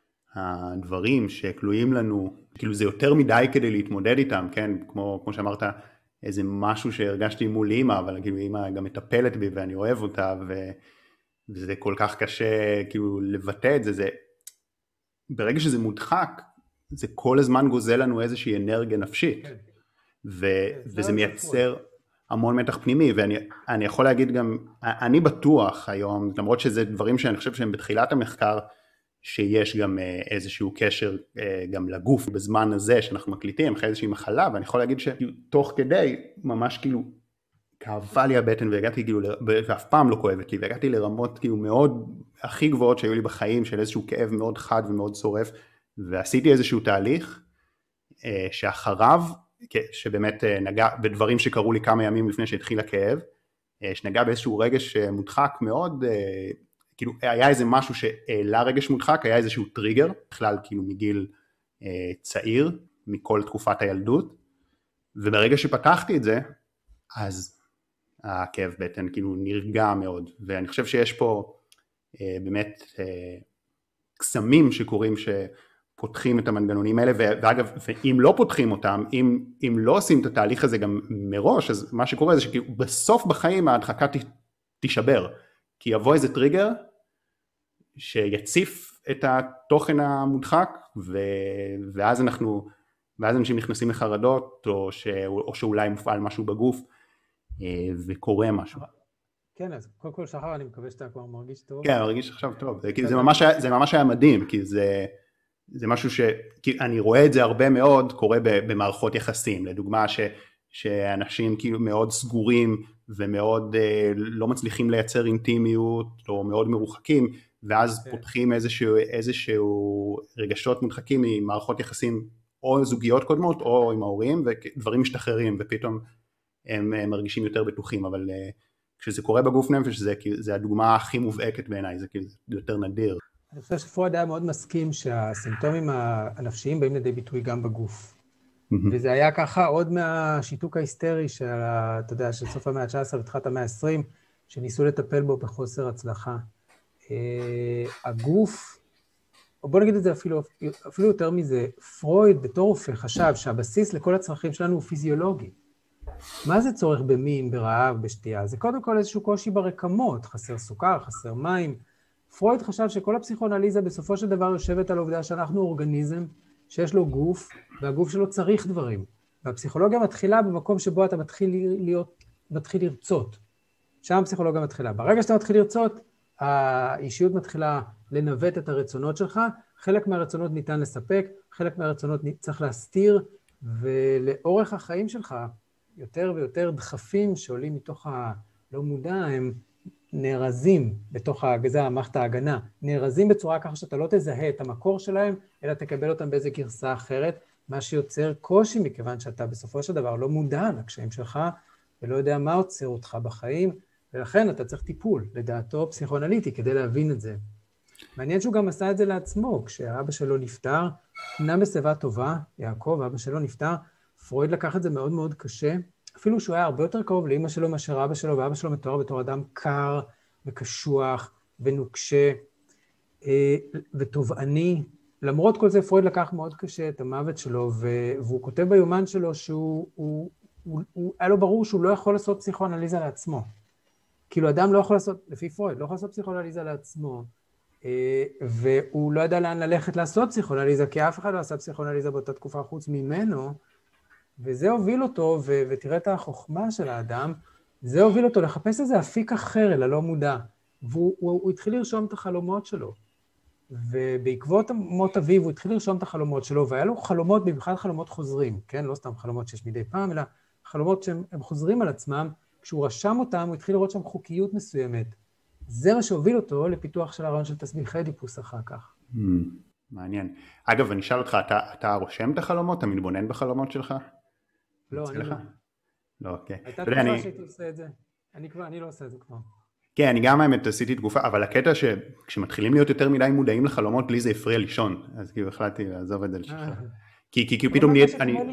הדברים שכלואים לנו, כאילו זה יותר מדי כדי להתמודד איתם, כן? כמו שאמרת, איזה משהו שהרגשתי מול אמא, אבל כאילו אמא גם מטפלת בי ואני אוהב אותה, וזה כל כך קשה כאילו לבטא את זה, ברגע שזה מודחק, זה כל הזמן גוזל לנו איזושהי אנרגיה נפשית, וזה מייצר המון מתח פנימי, ואני יכול להגיד גם, אני בטוח היום, למרות שזה דברים שאני חושב שהם בתחילת המחקר, שיש גם איזשהו קשר גם לגוף בזמן הזה שאנחנו מקליטים, אחרי איזושהי מחלה, ואני יכול להגיד שתוך כדי, ממש כאילו, כאבה לי הבטן, והגעתי כאילו, ואף פעם לא כואבת לי, והגעתי לרמות כאילו מאוד, הכי גבוהות שהיו לי בחיים, של איזשהו כאב מאוד חד ומאוד שורף, ועשיתי איזשהו תהליך, שאחריו, שבאמת נגע בדברים שקרו לי כמה ימים לפני שהתחיל הכאב, שנגע באיזשהו רגש מודחק מאוד, כאילו היה איזה משהו שהעלה רגש מודחק, היה איזשהו טריגר, בכלל כאילו מגיל צעיר, מכל תקופת הילדות, וברגע שפתחתי את זה, אז הכאב בטן כאילו נרגע מאוד, ואני חושב שיש פה באמת קסמים שקורים שפותחים את המנגנונים האלה, ואגב, ואם לא פותחים אותם, אם לא עושים את התהליך הזה גם מראש, אז מה שקורה זה שכאילו בסוף בחיים ההדחקה תישבר, כי יבוא איזה טריגר שיציף את התוכן המודחק, ואז אנשים נכנסים לחרדות, או שאולי מופעל משהו בגוף, וקורה משהו. כן, אז קודם כל שחר, אני מקווה שאתה כבר מרגיש טוב. כן, מרגיש עכשיו טוב. זה ממש היה מדהים, כי זה משהו שאני רואה את זה הרבה מאוד, קורה במערכות יחסים, לדוגמה שאנשים כאילו מאוד סגורים, ומאוד לא מצליחים לייצר אינטימיות, או מאוד מרוחקים, ואז פותחים איזשהו רגשות מודחקים ממערכות יחסים, או זוגיות קודמות, או עם ההורים, ודברים משתחררים, ופתאום הם מרגישים יותר בטוחים, אבל כשזה קורה בגוף נפש, זה הדוגמה הכי מובהקת בעיניי, זה כאילו יותר נדיר. אני חושב שפרויד היה מאוד מסכים שהסימפטומים הנפשיים באים לידי ביטוי גם בגוף. וזה היה ככה עוד מהשיתוק ההיסטרי אתה יודע, של סוף המאה ה-19 ותחילת המאה ה-20, שניסו לטפל בו בחוסר הצלחה. הגוף, או בוא נגיד את זה אפילו יותר מזה, פרויד בתור רופא חשב שהבסיס לכל הצרכים שלנו הוא פיזיולוגי. מה זה צורך במין, ברעב, בשתייה? זה קודם כל איזשהו קושי ברקמות, חסר סוכר, חסר מים. פרויד חשב שכל הפסיכואנליזה בסופו של דבר יושבת על העובדה שאנחנו אורגניזם שיש לו גוף, והגוף שלו צריך דברים. והפסיכולוגיה מתחילה במקום שבו אתה מתחיל לרצות. שם הפסיכולוגיה מתחילה. ברגע שאתה מתחיל לרצות, האישיות מתחילה לנווט את הרצונות שלך, חלק מהרצונות ניתן לספק, חלק מהרצונות צריך להסתיר, ולאורך החיים שלך, יותר ויותר דחפים שעולים מתוך הלא מודע, הם נארזים בתוך מערכת ההגנה, נארזים בצורה ככה שאתה לא תזהה את המקור שלהם, אלא תקבל אותם באיזה גרסה אחרת, מה שיוצר קושי מכיוון שאתה בסופו של דבר לא מודע לקשיים שלך, ולא יודע מה עוצר אותך בחיים, ולכן אתה צריך טיפול, לדעתו פסיכואנליטי, כדי להבין את זה. מעניין שהוא גם עשה את זה לעצמו, כשאבא שלו נפטר, אמנם בשיבה טובה, יעקב, אבא שלו נפטר, פרויד לקח את זה מאוד מאוד קשה, אפילו שהוא היה הרבה יותר קרוב לאמא שלו מאשר אבא שלו, ואבא שלו מתואר בתור אדם קר וקשוח ונוקשה, ותובעני. למרות כל זה, פרויד לקח מאוד קשה את המוות שלו, והוא כותב ביומן שלו היה לו ברור שהוא לא יכול לעשות פסיכואנליזה לעצמו. כאילו, אדם לא יכול לעשות, לפי פרויד, לא יכול לעשות פסיכואנליזה לעצמו, והוא לא ידע לאן ללכת לעשות פסיכואנליזה, כי אף אחד לא עשה פסיכואנליזה באותה תקופה חוץ ממנו, וזה הוביל אותו, ותראה את החוכמה של האדם, זה הוביל אותו לחפש איזה אפיק אחר, אלא לא מודע. והוא התחיל לרשום את החלומות שלו. ובעקבות מות אביו הוא התחיל לרשום את החלומות שלו, והיה לו חלומות, במיוחד חלומות חוזרים, כן? לא סתם חלומות שיש מדי פעם, אלא חלומות שהם חוזרים על עצמם. כשהוא רשם אותם, הוא התחיל לראות שם חוקיות מסוימת. זה מה שהוביל אותו לפיתוח של הרעיון של תסביכי דיפוס אחר כך. מעניין. אגב, אני אשאל אותך, אתה רושם את החלומות? אתה מתבונן בחלומות שלך? לא, אני לא. לא, אוקיי. הייתה תקופה שהייתי עושה את זה. אני לא עושה את זה כבר. כן, אני גם האמת עשיתי תקופה, אבל הקטע שכשמתחילים להיות יותר מדי מודעים לחלומות, לי זה הפריע לישון, אז כאילו החלטתי לעזוב את זה לשחרר. כי פתאום נהיית...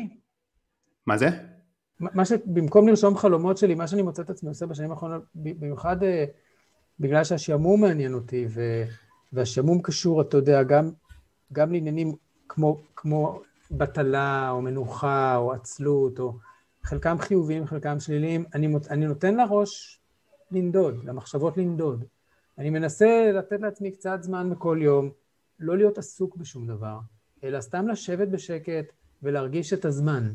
מה זה? במקום לרשום חלומות שלי, מה שאני מוצא את עצמי עושה בשנים האחרונות, במיוחד בגלל שהשעמום מעניין אותי, והשעמום קשור, אתה יודע, גם לעניינים כמו בטלה, או מנוחה, או עצלות, או חלקם חיוביים, חלקם שליליים, אני נותן לראש לנדוד, למחשבות לנדוד. אני מנסה לתת לעצמי קצת זמן בכל יום, לא להיות עסוק בשום דבר, אלא סתם לשבת בשקט ולהרגיש את הזמן.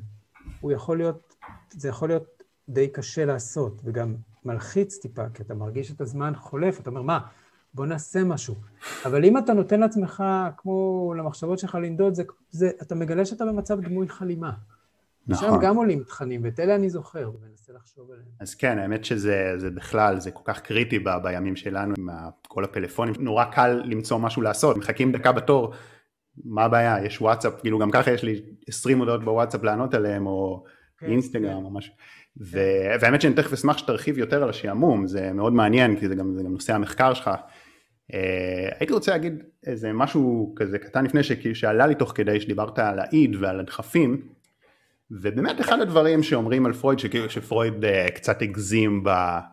זה יכול להיות די קשה לעשות, וגם מלחיץ טיפה, כי אתה מרגיש את הזמן חולף, אתה אומר, מה? בוא נעשה משהו. אבל אם אתה נותן לעצמך, כמו למחשבות שלך לנדוד, אתה מגלה שאתה במצב דמוי חלימה. נכון. שם גם עולים תכנים, ואת אלה אני זוכר, ומנסה לחשוב עליהם. אז כן, האמת שזה בכלל, זה כל כך קריטי בימים שלנו, עם כל הפלאפונים, נורא קל למצוא משהו לעשות, מחכים דקה בתור, מה הבעיה? יש וואטסאפ, כאילו גם ככה יש לי 20 הודעות בוואטסאפ לענות עליהם, או אינסטגרם או משהו. והאמת שאני תכף אשמח שתרחיב יותר על השעמום, זה מאוד מעניין, כי זה גם נושא המחקר שלך. הייתי רוצה להגיד איזה משהו כזה קטן לפני שעלה לי תוך כדי שדיברת על האיד ועל הדחפים, ובאמת אחד הדברים שאומרים על פרויד, שפרויד קצת הגזים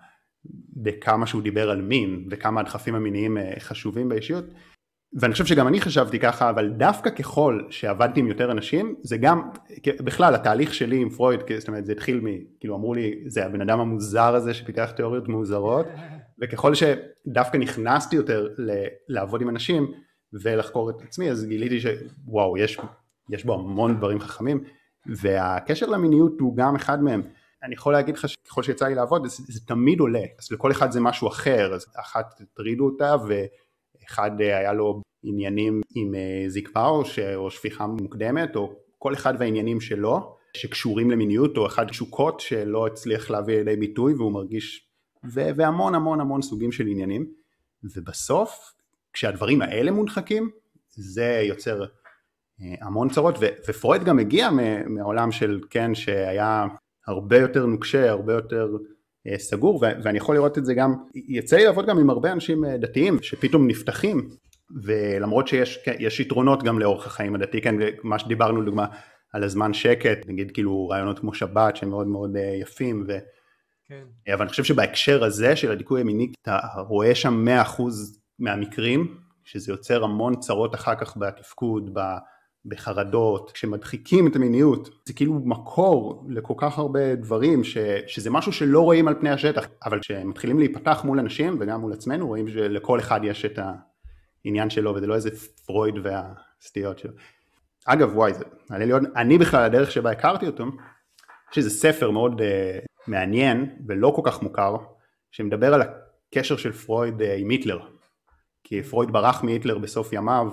בכמה שהוא דיבר על מין, וכמה הדחפים המיניים חשובים באישיות, ואני חושב שגם אני חשבתי ככה, אבל דווקא ככל שעבדתי עם יותר אנשים, זה גם, בכלל, התהליך שלי עם פרויד, זאת אומרת, זה התחיל כאילו אמרו לי, זה הבן אדם המוזר הזה שפיתח תיאוריות מוזרות, וככל שדווקא נכנסתי יותר לעבוד עם אנשים, ולחקור את עצמי, אז גיליתי שוואו, יש בו המון דברים חכמים, והקשר למיניות הוא גם אחד מהם. אני יכול להגיד לך שככל שיצא לי לעבוד, זה תמיד עולה, אז לכל אחד זה משהו אחר, אז אחת תטרידו אותה, אחד היה לו עניינים עם זקפה או שפיכה מוקדמת, או כל אחד והעניינים שלו, שקשורים למיניות, או אחד תשוקות שלא הצליח להביא לידי ביטוי, והוא מרגיש, והמון המון המון סוגים של עניינים, ובסוף, כשהדברים האלה מודחקים, זה יוצר המון צרות, ופרויד גם הגיע מעולם של, כן, שהיה הרבה יותר נוקשה, הרבה יותר סגור, ואני יכול לראות את זה גם, יצא לי לעבוד גם עם הרבה אנשים דתיים, שפתאום נפתחים, ולמרות שיש יתרונות גם לאורך החיים הדתי, כן, מה שדיברנו לדוגמה על הזמן שקט, נגיד כאילו רעיונות כמו שבת, שהם מאוד מאוד יפים, כן. אבל אני חושב שבהקשר הזה של הדיכוי המיני, אתה רואה שם 100% מהמקרים, שזה יוצר המון צרות אחר כך בתפקוד, בחרדות, כשמדחיקים את המיניות, זה כאילו מקור לכל כך הרבה דברים, שזה משהו שלא רואים על פני השטח, אבל כשמתחילים להיפתח מול אנשים, וגם מול עצמנו, רואים שלכל אחד יש את העניין שלו, וזה לא איזה פרויד והסטיות שלו. אגב, וואי, אני בכלל הדרך שבה הכרתי אותו, שזה ספר מאוד מעניין, ולא כל כך מוכר, שמדבר על הקשר של פרויד עם היטלר, כי פרויד ברח מהיטלר בסוף ימיו,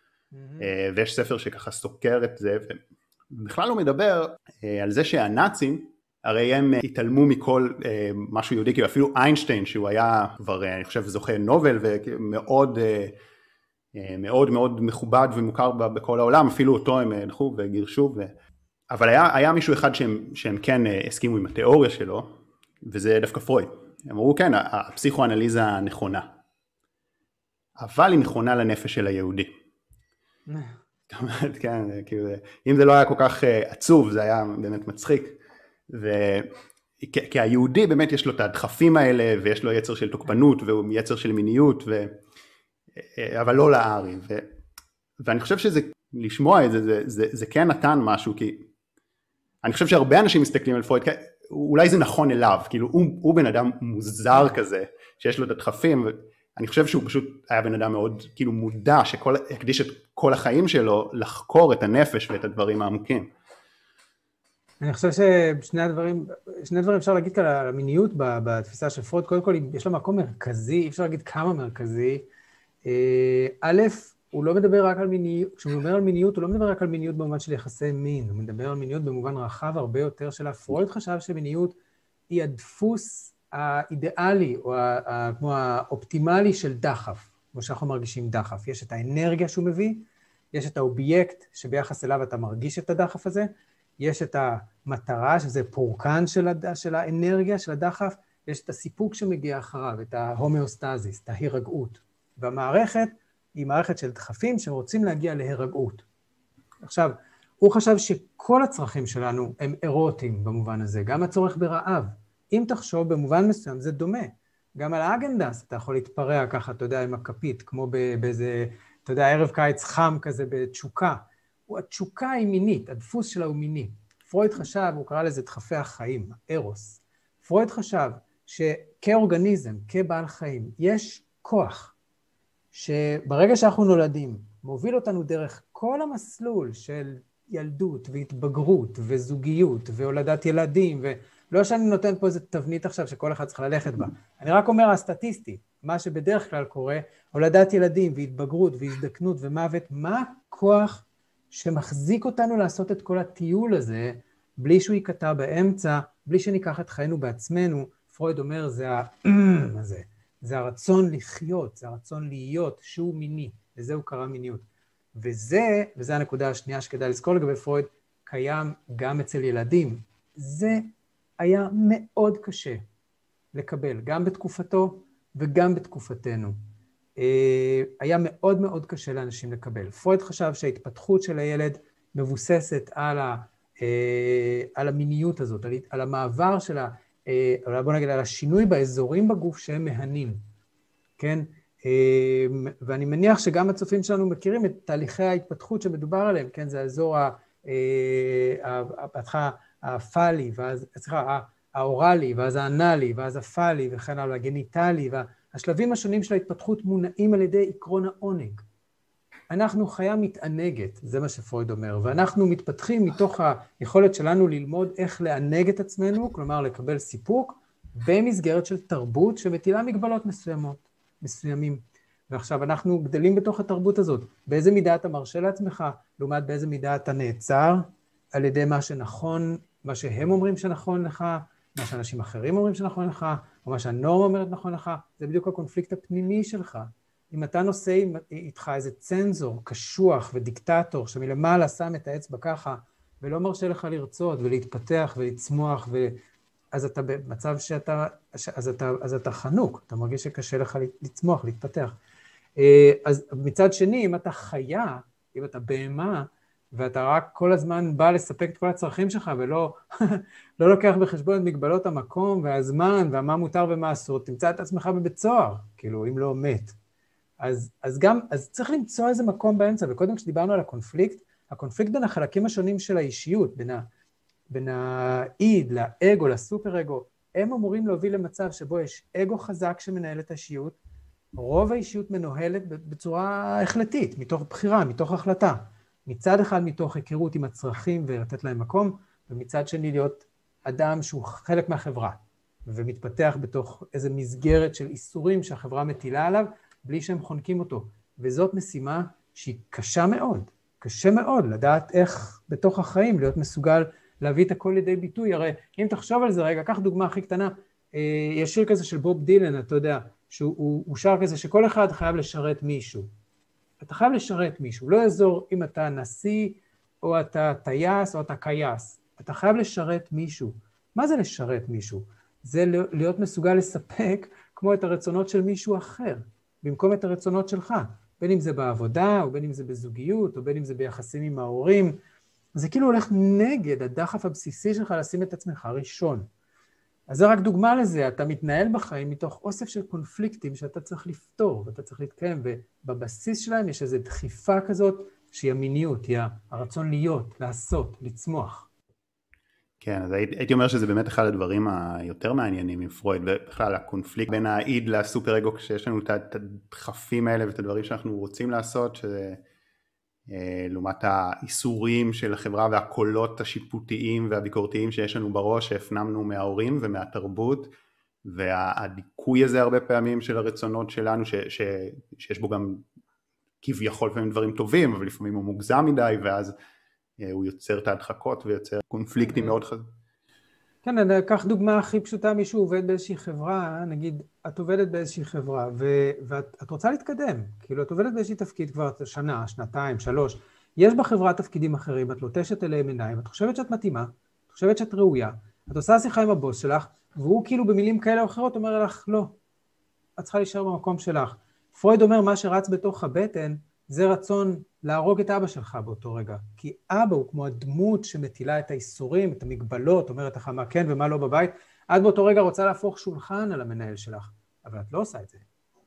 ויש ספר שככה סוקר את זה, ובכלל הוא מדבר על זה שהנאצים, הרי הם התעלמו מכל משהו יהודי, כי אפילו איינשטיין, שהוא היה כבר, אני חושב, זוכה נובל, ומאוד מאוד מאוד מכובד ומוכר בכל העולם, אפילו אותו הם דחו וגירשו, אבל היה מישהו אחד שהם כן הסכימו עם התיאוריה שלו, וזה דווקא פרויד. הם אמרו, כן, הפסיכואנליזה נכונה, אבל היא נכונה לנפש של היהודי. כן, כאילו, אם זה לא היה כל כך עצוב, זה היה באמת מצחיק, כי היהודי באמת יש לו את הדחפים האלה, ויש לו יצר של תוקפנות, והוא יצר של מיניות, אבל לא לארי, ואני חושב שזה, לשמוע את זה, זה כן נתן משהו, כי אני חושב שהרבה אנשים מסתכלים על פרויד, אולי זה נכון אליו, כאילו הוא בן אדם מוזר כזה, שיש לו את הדחפים, ואני חושב שהוא פשוט היה בן אדם מאוד כאילו מודע, שהקדיש את כל החיים שלו לחקור את הנפש ואת הדברים העמוקים. אני חושב ששני דברים אפשר להגיד כאן על המיניות בתפיסה של פרויד. קודם כל, יש לה מקום מרכזי, אפשר להגיד כמה מרכזי. א', הוא לא מדבר רק על מיניות, כשהוא מדבר על מיניות, הוא לא מדבר רק על מיניות במובן של יחסי מין, הוא מדבר על מיניות במובן רחב הרבה יותר שלה. פרויד חשב שמיניות היא הדפוס האידיאלי, או כמו האופטימלי של דחף, כמו שאנחנו מרגישים דחף. יש את האנרגיה שהוא מביא, יש את האובייקט שביחס אליו אתה מרגיש את הדחף הזה, יש את המטרה, שזה פורקן של האנרגיה, של הדחף, יש את הסיפוק שמגיע אחריו, את ההומאוסטזיס, את ההירגעות. והמערכת היא מערכת של דחפים שרוצים להגיע להירגעות. עכשיו, הוא חשב שכל הצרכים שלנו הם אירוטיים במובן הזה, גם הצורך ברעב. אם תחשוב במובן מסוים זה דומה. גם על האגנדס אתה יכול להתפרע ככה, אתה יודע, עם הכפית, כמו באיזה, אתה יודע, ערב קיץ חם כזה בתשוקה. התשוקה היא מינית, הדפוס שלה הוא מיני. פרויד חשב, הוא קרא לזה דחפי החיים, ארוס. פרויד חשב שכאורגניזם, כבעל חיים, יש כוח שברגע שאנחנו נולדים, מוביל אותנו דרך כל המסלול של ילדות והתבגרות וזוגיות והולדת ילדים, ולא שאני נותן פה איזה תבנית עכשיו שכל אחד צריך ללכת בה. אני רק אומר הסטטיסטי, מה שבדרך כלל קורה, הולדת ילדים והתבגרות והזדקנות ומוות, מה הכוח שמחזיק אותנו לעשות את כל הטיול הזה, בלי שהוא יקטע באמצע, בלי שניקח את חיינו בעצמנו. פרויד אומר, זה הרצון לחיות, זה הרצון להיות, שהוא מיני, וזה הוא קרא מיניות. וזה הנקודה השנייה שכדאי לזכור לגבי פרויד, קיים גם אצל ילדים. זה היה מאוד קשה לקבל, גם בתקופתו וגם בתקופתנו. היה מאוד מאוד קשה לאנשים לקבל. פרויד חשב שההתפתחות של הילד מבוססת על המיניות הזאת, על המעבר שלה, בוא נגיד, על השינוי באזורים בגוף שהם מהנים, כן? ואני מניח שגם הצופים שלנו מכירים את תהליכי ההתפתחות שמדובר עליהם, כן? זה האזור הפאלי, האורלי, ואז האנלי, ואז הפאלי, וכן הלאה, הגניטלי, והשלבים השונים של ההתפתחות מונעים על ידי עקרון העונג. אנחנו חיה מתענגת, זה מה שפרויד אומר, ואנחנו מתפתחים מתוך היכולת שלנו ללמוד איך לענג את עצמנו, כלומר לקבל סיפוק, במסגרת של תרבות שמטילה מגבלות מסוימים. ועכשיו אנחנו גדלים בתוך התרבות הזאת. באיזה מידה אתה מרשה לעצמך, לעומת באיזה מידה אתה נעצר, על ידי מה שנכון, מה שהם אומרים שנכון לך, מה שאנשים אחרים אומרים שנכון לך, או מה שהנורמה אומרת נכון לך, זה בדיוק הקונפליקט הפנימי שלך. אם אתה נושא איתך איזה צנזור, קשוח ודיקטטור, שמלמעלה שם את האצבע ככה, ולא מרשה לך לרצות ולהתפתח ולצמוח, אז אתה במצב אז אתה חנוק, אתה מרגיש שקשה לך לצמוח, להתפתח. אז מצד שני, אם אתה חיה, אם אתה בהמה, ואתה רק כל הזמן בא לספק את כל הצרכים שלך, ולא לא לוקח בחשבון את מגבלות המקום והזמן, ומה מותר ומה אסור, תמצא את עצמך בבית סוהר, כאילו, אם לא מת. אז צריך למצוא איזה מקום באמצע, וקודם כשדיברנו על הקונפליקט בין החלקים השונים של האישיות, בין האיד, לאגו, לסופר אגו, הם אמורים להוביל למצב שבו יש אגו חזק שמנהל את האישיות, רוב האישיות מנוהלת בצורה החלטית, מתוך בחירה, מתוך החלטה. מצד אחד מתוך היכרות עם הצרכים ולתת להם מקום, ומצד שני להיות אדם שהוא חלק מהחברה, ומתפתח בתוך איזו מסגרת של איסורים שהחברה מטילה עליו, בלי שהם חונקים אותו. וזאת משימה שהיא קשה מאוד לדעת איך בתוך החיים להיות מסוגל להביא את הכל לידי ביטוי. הרי אם תחשוב על זה רגע, קח דוגמה הכי קטנה, יש שיר כזה של בוב דילן, אתה יודע, שהוא שר כזה שכל אחד חייב לשרת מישהו. אתה חייב לשרת מישהו, לא יעזור אם אתה נשיא, או אתה טייס, או אתה קייס. אתה חייב לשרת מישהו. מה זה לשרת מישהו? זה להיות מסוגל לספק כמו את הרצונות של מישהו אחר, במקום את הרצונות שלך. בין אם זה בעבודה, או בין אם זה בזוגיות, או בין אם זה ביחסים עם ההורים. זה כאילו הולך נגד הדחף הבסיסי שלך לשים את עצמך ראשון. אז זה רק דוגמה לזה, אתה מתנהל בחיים מתוך אוסף של קונפליקטים שאתה צריך לפתור, ואתה צריך להתקיים, ובבסיס שלהם יש איזו דחיפה כזאת, שהיא המיניות, היא הרצון להיות, לעשות, לצמוח. כן, אז הייתי אומר שזה באמת אחד הדברים היותר מעניינים עם פרויד, ובכלל הקונפליקט בין האיד לסופר אגו, כשיש לנו את הדחפים האלה ואת הדברים שאנחנו רוצים לעשות, שזה לעומת האיסורים של החברה והקולות השיפוטיים והביקורתיים שיש לנו בראש, שהפנמנו מההורים ומהתרבות, והדיכוי הזה הרבה פעמים של הרצונות שלנו, שיש בו גם כביכול לפעמים דברים טובים, אבל לפעמים הוא מוגזם מדי, ואז הוא יוצר את ההדחקות ויוצר קונפליקטים מאוד חזקים. כן, אני אקח דוגמה הכי פשוטה, מישהו עובד באיזושהי חברה, נגיד, את עובדת באיזושהי חברה, ואת רוצה להתקדם, כאילו את עובדת באיזושהי תפקיד כבר שנה, שנתיים, 3, יש בחברה תפקידים אחרים, את לוטשת אליהם עיניים, את חושבת שאת מתאימה, את חושבת שאת ראויה, את עושה שיחה עם הבוס שלך, והוא כאילו במילים כאלה או אחרות אומר לך, לא, את צריכה להישאר במקום שלך. פרויד אומר, מה שרץ בתוך הבטן, זה רצון להרוג את אבא שלך באותו רגע. כי אבא הוא כמו הדמות שמטילה את האיסורים, את המגבלות, אומרת לך מה כן ומה לא בבית. את באותו רגע רוצה להפוך שולחן על המנהל שלך, אבל את לא עושה את זה.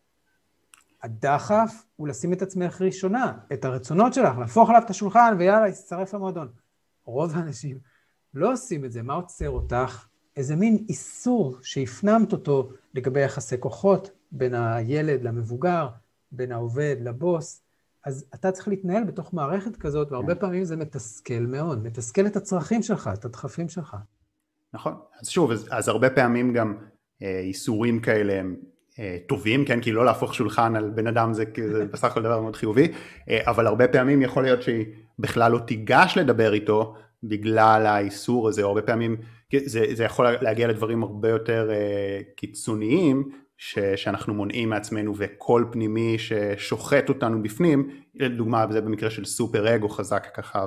הדחף הוא לשים את עצמך ראשונה, את הרצונות שלך, להפוך עליו את השולחן ויאללה, יצטרף למועדון. רוב האנשים לא עושים את זה. מה עוצר אותך? איזה מין איסור שהפנמת אותו לגבי יחסי כוחות בין הילד למבוגר, בין העובד לבוס. אז אתה צריך להתנהל בתוך מערכת כזאת, והרבה פעמים זה מתסכל מאוד, מתסכל את הצרכים שלך, את הדחפים שלך. נכון, אז שוב, אז הרבה פעמים גם איסורים כאלה הם טובים, כן, כי לא להפוך שולחן על בן אדם זה בסך הכל דבר מאוד חיובי, אבל הרבה פעמים יכול להיות שהיא בכלל לא תיגש לדבר איתו, בגלל האיסור הזה, או הרבה פעמים זה יכול להגיע לדברים הרבה יותר קיצוניים, שאנחנו מונעים מעצמנו וקול פנימי ששוחט אותנו בפנים, לדוגמה זה במקרה של סופר אגו חזק ככה,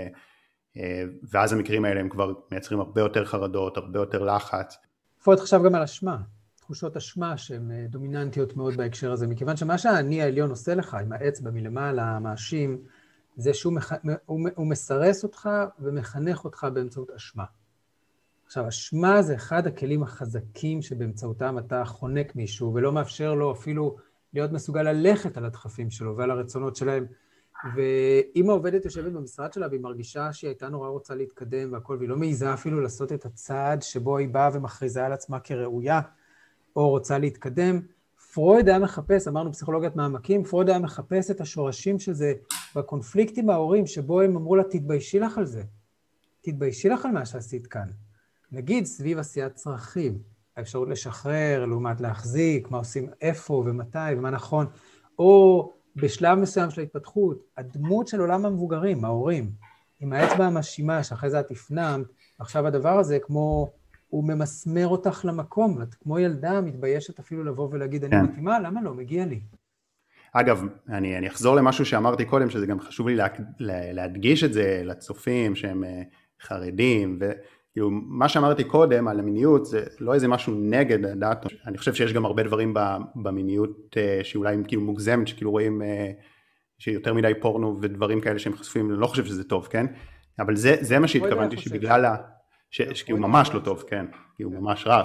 ואז המקרים האלה הם כבר מייצרים הרבה יותר חרדות, הרבה יותר לחץ. פרויד חשב גם על אשמה, תחושות אשמה שהן דומיננטיות מאוד בהקשר הזה, מכיוון שמה שהאני העליון עושה לך עם האצבע מלמעלה, המאשים, זה שהוא מסרס אותך ומחנך אותך באמצעות אשמה. עכשיו, אשמה זה אחד הכלים החזקים שבאמצעותם אתה חונק מישהו, ולא מאפשר לו אפילו להיות מסוגל ללכת על הדחפים שלו ועל הרצונות שלהם. ואם העובדת יושבת במשרד שלה והיא מרגישה שהיא הייתה נורא רוצה להתקדם והכל, והיא לא מעיזה אפילו לעשות את הצעד שבו היא באה ומכריזה על עצמה כראויה, או רוצה להתקדם, פרויד היה מחפש, אמרנו פסיכולוגיית מעמקים, פרויד היה מחפש את השורשים של זה בקונפליקט עם ההורים, שבו הם אמרו לה, תתביישי לך על זה. תתביישי לך על מה שעשית כאן. נגיד סביב עשיית צרכים, האפשרות לשחרר, לעומת להחזיק, מה עושים איפה ומתי ומה נכון, או בשלב מסוים של ההתפתחות, הדמות של עולם המבוגרים, ההורים, עם האצבע המאשימה, שאחרי זה את הפנמת, עכשיו הדבר הזה כמו, הוא ממסמר אותך למקום, ואת כמו ילדה מתביישת אפילו לבוא ולהגיד, אני מתאימה, למה לא? מגיע לי. אגב, אני אחזור למשהו שאמרתי קודם, שזה גם חשוב לי להדגיש את זה לצופים שהם חרדים, וכאילו מה שאמרתי קודם על המיניות זה לא איזה משהו נגד הדת, אני חושב שיש גם הרבה דברים במיניות שאולי כאילו מוגזמת, שכאילו רואים שיותר מדי פורנו ודברים כאלה שהם חשופים, אני לא חושב שזה טוב, כן? אבל זה מה שהתכוונתי שבגלל שכאילו ממש לא טוב, כן? כאילו ממש רע,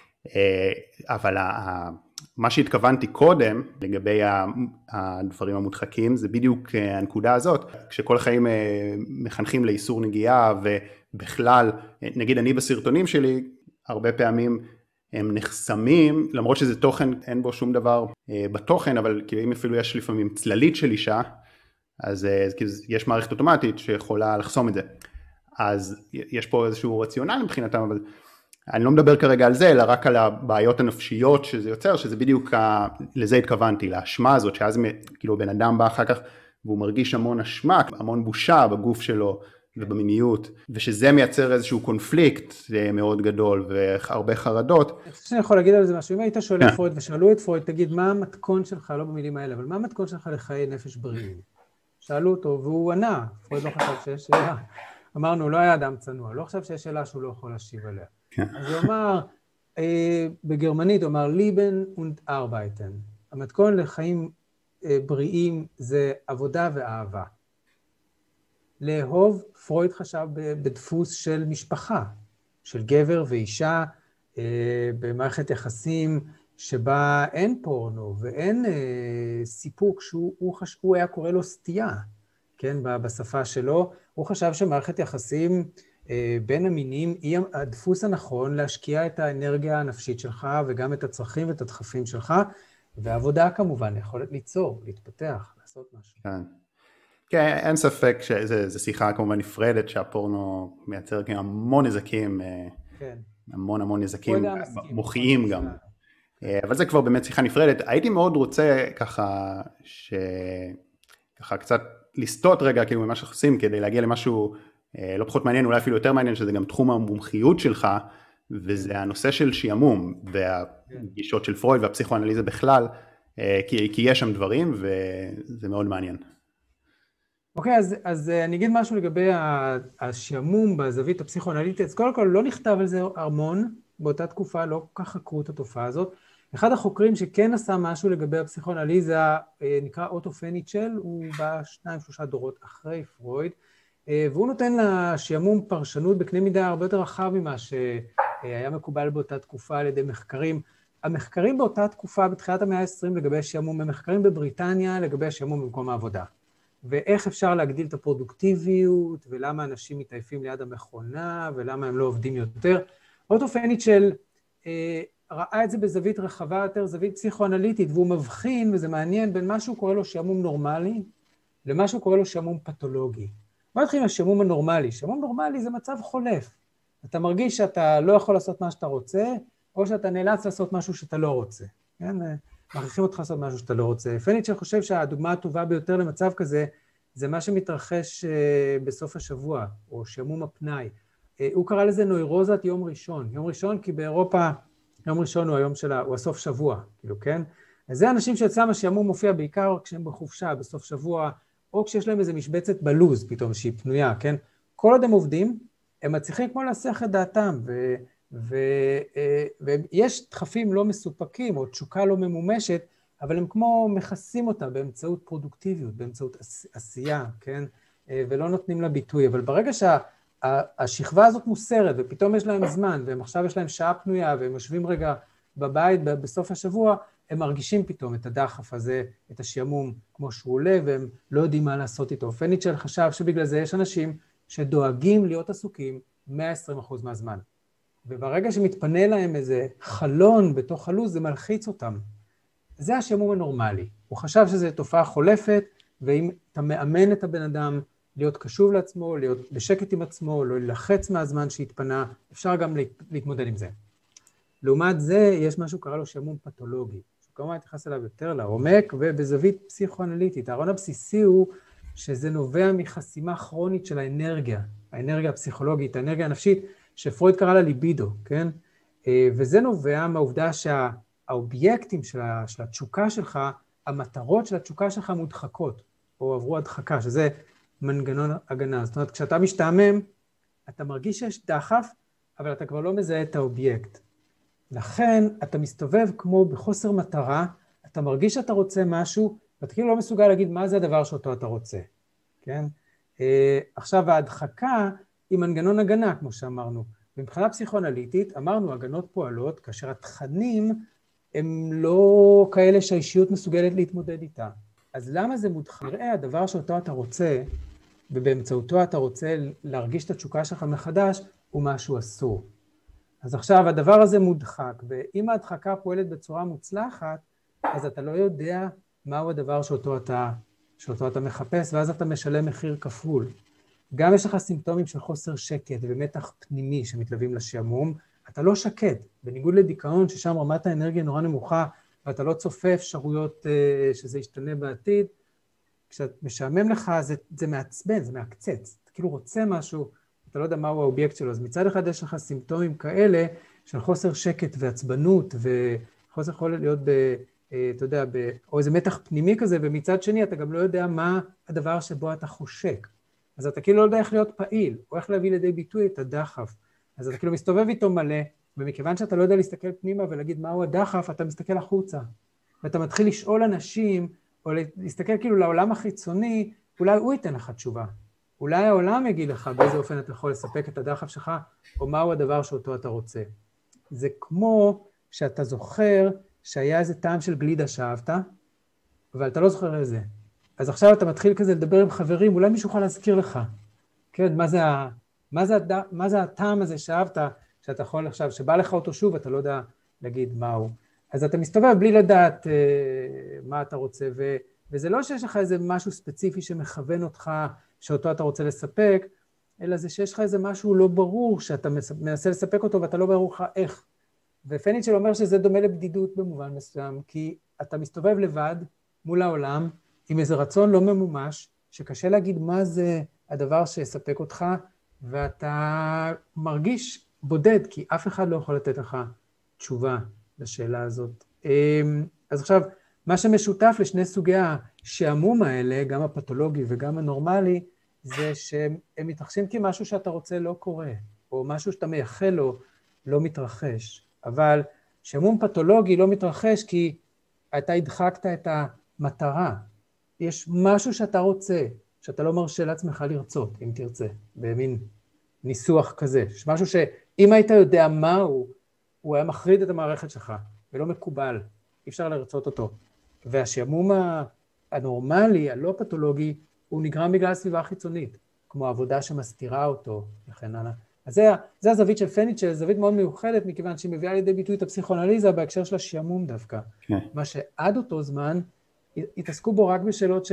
אבל מה שהתכוונתי קודם לגבי הדברים המודחקים זה בדיוק הנקודה הזאת, כשכל החיים מחנכים לאיסור נגיעה ובכלל, נגיד אני בסרטונים שלי הרבה פעמים הם נחסמים, למרות שזה תוכן, אין בו שום דבר בתוכן, אבל כאילו אם אפילו יש לפעמים צללית של אישה, אז יש מערכת אוטומטית שיכולה לחסום את זה. אז יש פה איזשהו רציונל מבחינתם, אבל אני לא מדבר כרגע על זה, אלא רק על הבעיות הנפשיות שזה יוצר, שזה בדיוק לזה התכוונתי, לאשמה הזאת, שאז כאילו בן אדם בא אחר כך, והוא מרגיש המון אשמה, המון בושה בגוף שלו ובמיניות, ושזה מייצר איזשהו קונפליקט מאוד גדול והרבה חרדות. אני חושב שאני יכול להגיד על זה משהו, אם היית שואל את פרויד ושאלו את פרויד, תגיד מה המתכון שלך, לא במילים האלה, אבל מה המתכון שלך לחיי נפש בריאים? שאלו אותו והוא ענה, פרויד לא חשב שיש שאלה. אמרנו, לא היה אדם צנוע, לא חשב שיש שאלה שהוא לא יכול להשיב עליה. אז הוא אמר, בגרמנית הוא אמר, Leben und Arbeiten. המתכון לחיים בריאים זה עבודה ואהבה. לאהוב, פרויד חשב בדפוס של משפחה, של גבר ואישה, במערכת יחסים שבה אין פורנו ואין סיפוק שהוא היה קורא לו סטייה, כן, בשפה שלו. הוא חשב שמערכת יחסים בין המינים היא הדפוס הנכון להשקיע את האנרגיה הנפשית שלך וגם את הצרכים ואת הדחפים שלך, ועבודה כמובן, יכולת ליצור, להתפתח, לעשות משהו. כן. כן, אין ספק שזו שיחה כמובן נפרדת, שהפורנו מייצר המון נזקים, כן. המון נזקים מוחיים גם. אבל זה כבר באמת שיחה נפרדת. הייתי מאוד רוצה ככה קצת לסטות רגע כאילו ממה שאנחנו עושים, כדי להגיע למשהו לא פחות מעניין, אולי אפילו יותר מעניין, שזה גם תחום המומחיות שלך, וזה הנושא של שיעמום, והגישות של פרויד והפסיכואנליזה בכלל, כי יש שם דברים, וזה מאוד מעניין. אוקיי, אז אני אגיד משהו לגבי השיעמום בזווית הפסיכואנליטית. אז קודם כל לא נכתב על זה המון, באותה תקופה לא כל כך חקרו את התופעה הזאת. אחד החוקרים שכן עשה משהו לגבי הפסיכואנליזה, נקרא אוטו פניצ'ל, הוא בא 2-3 דורות אחרי פרויד, והוא נותן לשיעמום פרשנות בקנה מידה הרבה יותר רחב ממה שהיה מקובל באותה תקופה על ידי מחקרים. המחקרים באותה תקופה, בתחילת המאה ה-20 לגבי שיעמום, הם מחקרים בבריטניה לגבי שיעמום במקום העבודה. ואיך אפשר להגדיל את הפרודוקטיביות, ולמה אנשים מתעייפים ליד המכונה, ולמה הם לא עובדים יותר. אוטו פניצ'ל ראה את זה בזווית רחבה יותר, זווית פסיכואנליטית, והוא מבחין, וזה מעניין, בין מה שהוא קורא לו שיעמום נורמלי, למה שהוא קורא לו שיעמום פתולוגי. מה נתחיל עם השיעמום הנורמלי? שיעמום נורמלי זה מצב חולף. אתה מרגיש שאתה לא יכול לעשות מה שאתה רוצה, או שאתה נאלץ לעשות משהו שאתה לא רוצה. כן? מכריחים אותך לעשות משהו שאתה לא רוצה. פניצ'ל חושב שהדוגמה הטובה ביותר למצב כזה, זה מה שמתרחש בסוף השבוע, או שיעמום הפנאי. הוא קרא לזה נוירוזת יום ראשון. יום ראשון כי באירופה יום ראשון הוא היום שלה, הוא הסוף שבוע, כאילו, כן? אז זה אנשים שאצלם השעמום מופיע בעיקר כשהם בחופשה, בסוף שבוע, או כשיש להם איזו משבצת בלוז פתאום שהיא פנויה, כן? כל עוד הם עובדים, הם מצליחים כמו להסיח את דעתם, ויש דחפים לא מסופקים, או תשוקה לא ממומשת, אבל הם כמו מכסים אותה באמצעות פרודוקטיביות, באמצעות עשייה, כן? ולא נותנים לה ביטוי, אבל ברגע השכבה הזאת מוסרת, ופתאום יש להם זמן, והם עכשיו יש להם שעה פנויה, והם יושבים רגע בבית בסוף השבוע, הם מרגישים פתאום את הדחף הזה, את השיעמום כמו שהוא עולה, והם לא יודעים מה לעשות איתו. פניצ'ל חשב שבגלל זה יש אנשים שדואגים להיות עסוקים 120% מהזמן. וברגע שמתפנה להם איזה חלון בתוך הלוז, זה מלחיץ אותם. זה השיעמום הנורמלי. הוא חשב שזו תופעה חולפת, ואם אתה מאמן את הבן אדם להיות קשוב לעצמו, להיות בשקט עם עצמו, לא ללחץ מהזמן שהתפנה, אפשר גם להתמודד עם זה. לעומת זה, יש משהו קרא לו שיעמום פתולוגי, שכמובן התייחס אליו יותר לעומק, ובזווית פסיכואנליטית. הרעיון הבסיסי הוא שזה נובע מחסימה כרונית של האנרגיה הפסיכולוגית, האנרגיה הנפשית, שפרויד קרא לה ליבידו, כן? וזה נובע מהעובדה שהאובייקטים של התשוקה שלך, המטרות של התשוקה שלך מודחקות, או עברו הדחקה, שזה מנגנון הגנה. זאת אומרת, כשאתה משתעמם, אתה מרגיש שיש דחף, אבל אתה כבר לא מזהה את האובייקט. לכן, אתה מסתובב כמו בחוסר מטרה, אתה מרגיש שאתה רוצה משהו, ואתה כאילו לא מסוגל להגיד מה זה הדבר שאותו אתה רוצה. כן? עכשיו, ההדחקה היא מנגנון הגנה, כמו שאמרנו. מבחינה פסיכואנליטית, אמרנו, הגנות פועלות, כאשר התכנים הם לא כאלה שהאישיות מסוגלת להתמודד איתה. אז למה זה מודחק? נראה, הדבר שאותו אתה רוצה, ובאמצעותו אתה רוצה להרגיש את התשוקה שלך מחדש, הוא משהו אסור. אז עכשיו הדבר הזה מודחק, ואם ההדחקה פועלת בצורה מוצלחת, אז אתה לא יודע מהו הדבר שאותו אתה מחפש, ואז אתה משלם מחיר כפול. גם יש לך סימפטומים של חוסר שקט ומתח פנימי שמתלווים לשעמום, אתה לא שקט, בניגוד לדיכאון ששם רמת האנרגיה נורא נמוכה, ואתה לא צופה אפשרויות שזה ישתנה בעתיד. כשאת משעמם לך, זה מעצבן, זה מעקצץ. אתה כאילו רוצה משהו, אתה לא יודע מהו האובייקט שלו. אז מצד אחד יש לך סימפטומים כאלה של חוסר שקט ועצבנות, וחוסר יכול להיות אתה יודע, או איזה מתח פנימי כזה, ומצד שני אתה גם לא יודע מה הדבר שבו אתה חושק. אז אתה כאילו לא יודע איך להיות פעיל, או איך להביא לידי ביטוי את הדחף. אז אתה כאילו מסתובב איתו מלא, ומכיוון שאתה לא יודע להסתכל פנימה ולהגיד מהו הדחף, אתה מסתכל החוצה. ואתה מתחיל לשאול אנשים, או להסתכל כאילו לעולם החיצוני, אולי הוא ייתן לך תשובה. אולי העולם יגיד לך באיזה אופן אתה יכול לספק את הדחף שלך, או מהו הדבר שאותו אתה רוצה. זה כמו שאתה זוכר שהיה איזה טעם של גלידה שאהבת, אבל אתה לא זוכר איזה. אז עכשיו אתה מתחיל כזה לדבר עם חברים, אולי מישהו יכול להזכיר לך. כן, מה זה הטעם הזה שאהבת, שאתה יכול עכשיו, שבא לך אותו שוב, אתה לא יודע להגיד מהו. אז אתה מסתובב בלי לדעת מה אתה רוצה, וזה לא שיש לך איזה משהו ספציפי שמכוון אותך, שאותו אתה רוצה לספק, אלא זה שיש לך איזה משהו לא ברור, שאתה מנסה לספק אותו, ואתה לא ברור לך איך. ופניצ'ל אומר שזה דומה לבדידות במובן מסוים, כי אתה מסתובב לבד מול העולם, עם איזה רצון לא ממומש, שקשה להגיד מה זה הדבר שיספק אותך, ואתה מרגיש בודד, כי אף אחד לא יכול לתת לך תשובה לשאלה הזאת. אז עכשיו, מה שמשותף לשני סוגי השעמום האלה, גם הפתולוגי וגם הנורמלי, זה שהם מתרחשים כי משהו שאתה רוצה לא קורה, או משהו שאתה מייחל לו לא מתרחש. אבל שעמום פתולוגי לא מתרחש כי אתה הדחקת את המטרה. יש משהו שאתה רוצה, שאתה לא מרשה לעצמך לרצות, אם תרצה, במין ניסוח כזה. יש משהו שאם היית יודע מהו, הוא היה מחריד את המערכת שלך, ולא מקובל, אי אפשר לרצות אותו. והשעמום הנורמלי, הלא פתולוגי, הוא נגרם בגלל הסביבה החיצונית, כמו העבודה שמסתירה אותו, וכן הלאה. אז זה הזווית של פניצ'ל, זווית מאוד מיוחדת, מכיוון שהיא מביאה לידי ביטוי את הפסיכואנליזה בהקשר של השעמום דווקא. מה שעד אותו זמן, התעסקו בו רק בשאלות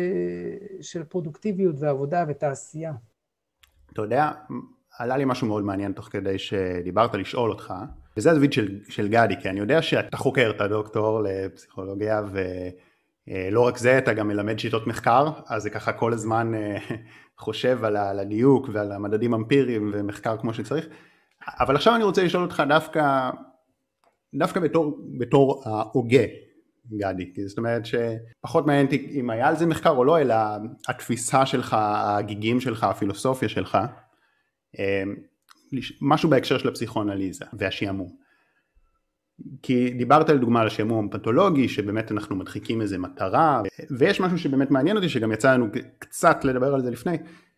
של פרודוקטיביות ועבודה ותעשייה. אתה יודע, עלה לי משהו מאוד מעניין תוך כדי שדיברת לשאול אותך, וזה הזווית של גדי, כי אני יודע שאתה חוקר, אתה דוקטור לפסיכולוגיה, ולא רק זה, אתה גם מלמד שיטות מחקר, אז זה ככה כל הזמן חושב על הדיוק ועל המדדים אמפיריים ומחקר כמו שצריך, אבל עכשיו אני רוצה לשאול אותך דווקא בתור ההוגה, גדי, כי זאת אומרת שפחות מעניין אם היה על זה מחקר או לא, אלא התפיסה שלך, הגיגים שלך, הפילוסופיה שלך, משהו בהקשר של הפסיכואנליזה והשעמום. כי דיברת לדוגמה על השעמום הפתולוגי, שבאמת אנחנו מדחיקים איזה מטרה, ויש משהו שבאמת מעניין אותי, שגם יצא לנו קצת לדבר על זה לפני,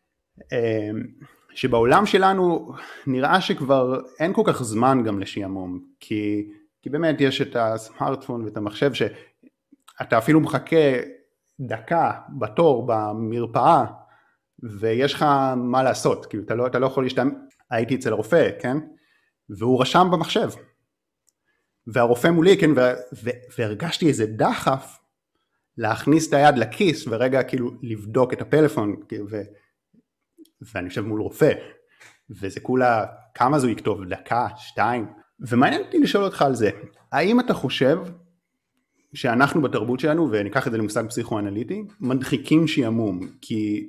שבעולם שלנו נראה שכבר אין כל כך זמן גם לשעמום, כי באמת יש את הסמארטפון ואת המחשב, שאתה אפילו מחכה דקה בתור במרפאה, ויש לך מה לעשות, כי אתה לא יכול להשתמש, הייתי אצל הרופא, כן? והוא רשם במחשב, והרופא מולי, כן? והרגשתי איזה דחף, להכניס את היד לכיס, ורגע כאילו לבדוק את הפלאפון, ואני חושב מול רופא, וזה כולה, כמה זו יכתוב? דקה, 2, ומעניין אותי לשאול אותך על זה, האם אתה חושב שאנחנו בתרבות שלנו, וניקח את זה למושג פסיכואנליטי, מדחיקים שעמום, כי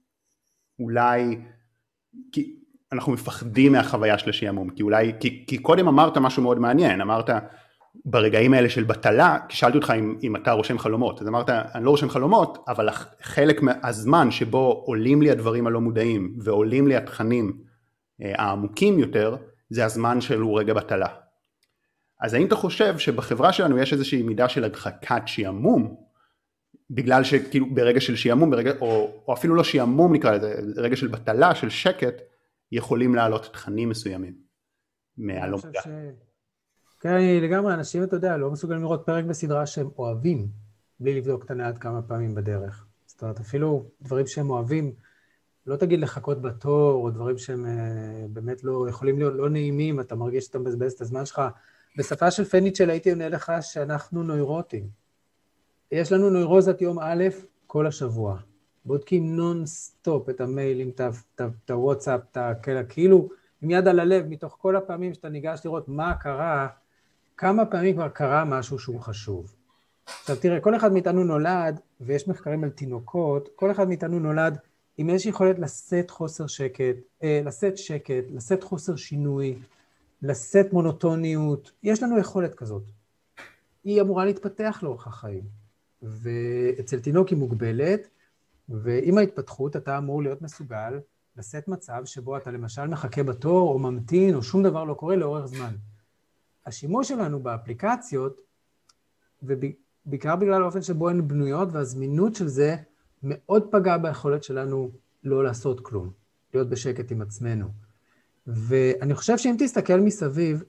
אנחנו מפחדים מהחוויה של השעמום, כי קודם אמרת משהו מאוד מעניין, אמרת ברגעים האלה של בטלה, כי שאלתי אותך אם אתה רושם חלומות, אז אמרת אני לא רושם חלומות, אבל חלק מהזמן שבו עולים לי הדברים הלא מודעים, ועולים לי התכנים העמוקים יותר, זה הזמן שלו רגע בטלה. אז האם אתה חושב שבחברה שלנו יש איזושהי מידה של הדחקת שעמום, בגלל שכאילו ברגע של שעמום, או אפילו לא שעמום נקרא לזה, רגע של בטלה, של שקט, יכולים לעלות תכנים מסוימים מהלא מודע. כן, לגמרי, אנשים, אתה יודע, לא מסוגלים לראות פרק בסדרה שהם אוהבים, בלי לבדוק את הנייד כמה פעמים בדרך. זאת אומרת, אפילו דברים שהם אוהבים, לא תגיד לחכות בתור, או דברים שהם באמת לא יכולים להיות לא נעימים, אתה מרגיש שאתה מבזבז את הזמן שלך. בשפה של פניצ'ל הייתי עונה לך שאנחנו נוירוטים. יש לנו נוירוזת יום א' כל השבוע. בודקים נון-סטופ את המיילים, את הוואטסאפ, כאילו עם יד על הלב, מתוך כל הפעמים שאתה ניגש לראות מה קרה, כמה פעמים כבר קרה משהו שהוא חשוב. עכשיו תראה, כל אחד מאיתנו נולד, ויש מחקרים על תינוקות, כל אחד מאיתנו נולד עם איזושהי יכולת לשאת חוסר שקט, לשאת חוסר שינוי, לשאת מונוטוניות, יש לנו יכולת כזאת. היא אמורה להתפתח לאורך החיים, ואצל תינוק היא מוגבלת, ועם ההתפתחות אתה אמור להיות מסוגל לשאת מצב שבו אתה למשל מחכה בתור או ממתין או שום דבר לא קורה לאורך זמן. השימוש שלנו באפליקציות, ובעיקר בגלל האופן שבו הן בנויות והזמינות של זה, מאוד פגע ביכולת שלנו לא לעשות כלום, להיות בשקט עם עצמנו. ואני חושב שאם תסתכל מסביב,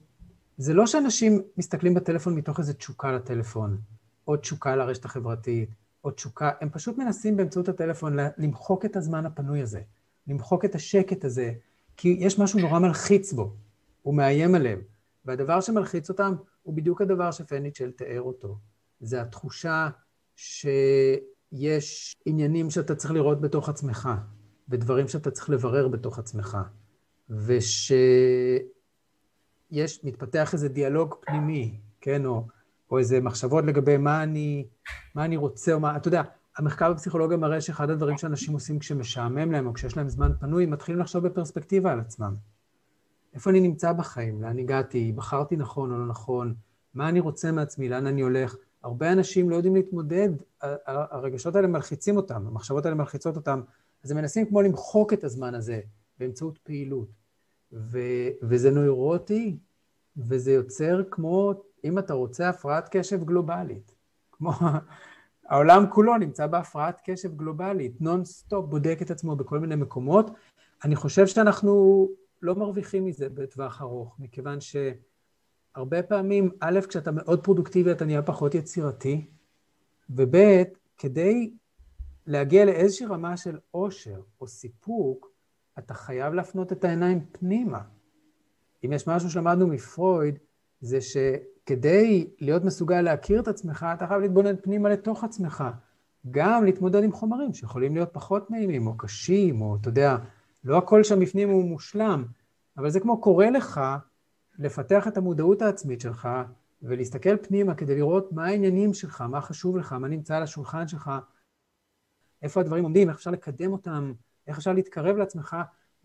זה לא שאנשים מסתכלים בטלפון מתוך איזו תשוקה לטלפון, או תשוקה לרשת החברתית, או תשוקה, הם פשוט מנסים באמצעות הטלפון למחוק את הזמן הפנוי הזה, למחוק את השקט הזה, כי יש משהו נורא מלחיץ בו, הוא מאיים עליהם, והדבר שמלחיץ אותם הוא בדיוק הדבר שפניצ'ל תיאר אותו. זה התחושה שיש עניינים שאתה צריך לראות בתוך עצמך, ודברים שאתה צריך לברר בתוך עצמך, מתפתח איזה דיאלוג פנימי, כן, או איזה מחשבות לגבי מה אני רוצה, או מה, אתה יודע, המחקר בפסיכולוגיה מראה שאחד הדברים שאנשים עושים כשמשעמם להם, או כשיש להם זמן פנוי, מתחילים לחשוב בפרספקטיבה על עצמם. איפה אני נמצא בחיים? לאן הגעתי? בחרתי נכון או לא נכון? מה אני רוצה מעצמי? לאן אני הולך? הרבה אנשים לא יודעים להתמודד, הרגשות האלה מלחיצים אותם, המחשבות האלה מלחיצות אותם, אז הם מנסים כמו למחוק את הזמן הזה באמצעות פעילות. וזה נוירוטי, וזה יוצר כמו, אם אתה רוצה, הפרעת קשב גלובלית. כמו העולם כולו נמצא בהפרעת קשב גלובלית, נון-סטופ, בודק את עצמו בכל מיני מקומות. אני חושב שאנחנו לא מרוויחים מזה בטווח ארוך, מכיוון שהרבה פעמים, א', כשאתה מאוד פרודוקטיבי, אתה נהיה פחות יצירתי, וב', כדי להגיע לאיזושהי רמה של עושר או סיפוק, אתה חייב להפנות את העיניים פנימה. אם יש משהו שלמדנו מפרויד, זה שכדי להיות מסוגל להכיר את עצמך, אתה חייב להתבונן פנימה לתוך עצמך. גם להתמודד עם חומרים שיכולים להיות פחות נעימים או קשים, או אתה יודע, לא הכל שם בפנים הוא מושלם, אבל זה כמו קורא לך לפתח את המודעות העצמית שלך, ולהסתכל פנימה כדי לראות מה העניינים שלך, מה חשוב לך, מה נמצא על השולחן שלך, איפה הדברים עומדים, איך אפשר לקדם אותם, איך אפשר להתקרב לעצמך,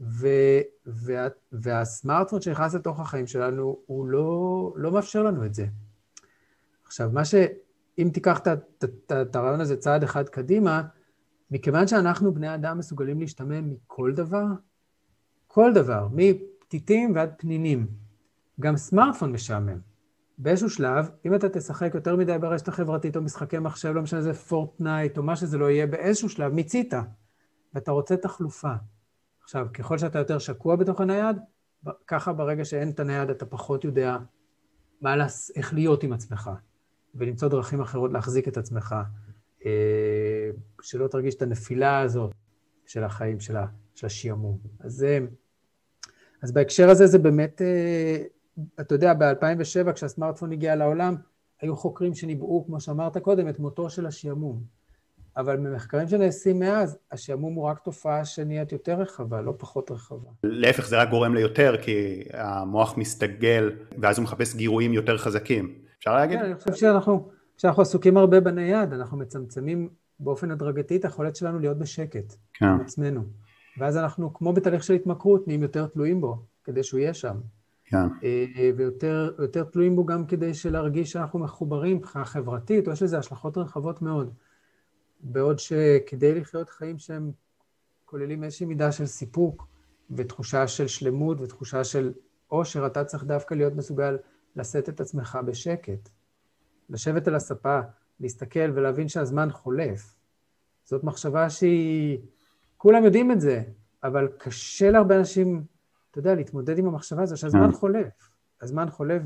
והסמארטפון שנכנס לתוך החיים שלנו, הוא לא מאפשר לנו את זה. עכשיו, אם תיקח את הרעיון הזה צעד אחד קדימה, מכיוון שאנחנו בני אדם מסוגלים להשתמם מכל דבר, כל דבר, מפתיתים ועד פנינים, גם סמארטפון משעמם. באיזשהו שלב, אם אתה תשחק יותר מדי ברשת החברתית או משחקי מחשב, לא משנה זה פורטנייט או מה שזה לא יהיה, באיזשהו שלב מיצית, ואתה רוצה תחלופה. עכשיו, ככל שאתה יותר שקוע בתוך הנייד, ככה ברגע שאין את הנייד, אתה פחות יודע איך להיות עם עצמך, ולמצוא דרכים אחרות להחזיק את עצמך, שלא תרגיש את הנפילה הזאת של החיים, של השיעמום. אז בהקשר הזה זה באמת, אתה יודע, ב-2007 כשהסמארטפון הגיע לעולם, היו חוקרים שניבאו, כמו שאמרת קודם, את מותו של השיעמום. אבל במחקרים שנעשים מאז, השעמום הוא רק תופעה שנהיית יותר רחבה, לא פחות רחבה. להפך, זה רק גורם ליותר, כי המוח מסתגל, ואז הוא מחפש גירויים יותר חזקים. אפשר להגיד? כן, אני חושב כשאנחנו עסוקים הרבה בנייד, אנחנו מצמצמים באופן הדרגתי את היכולת שלנו להיות בשקט, עם עצמנו. ואז אנחנו, כמו בתהליך של התמכרות, נהיים יותר תלויים בו, כדי שהוא יהיה שם. כן. ויותר תלויים בו גם כדי להרגיש שאנחנו מחוברים מבחינה חברתית, או יש לזה השלכות רחבות מאוד. בעוד שכדי לחיות חיים שהם כוללים איזושהי מידה של סיפוק, ותחושה של שלמות, ותחושה של עושר, אתה צריך דווקא להיות מסוגל לשאת את עצמך בשקט. לשבת על הספה, להסתכל ולהבין שהזמן חולף. זאת מחשבה כולם יודעים את זה, אבל קשה להרבה אנשים, אתה יודע, להתמודד עם המחשבה הזו שהזמן חולף. הזמן חולף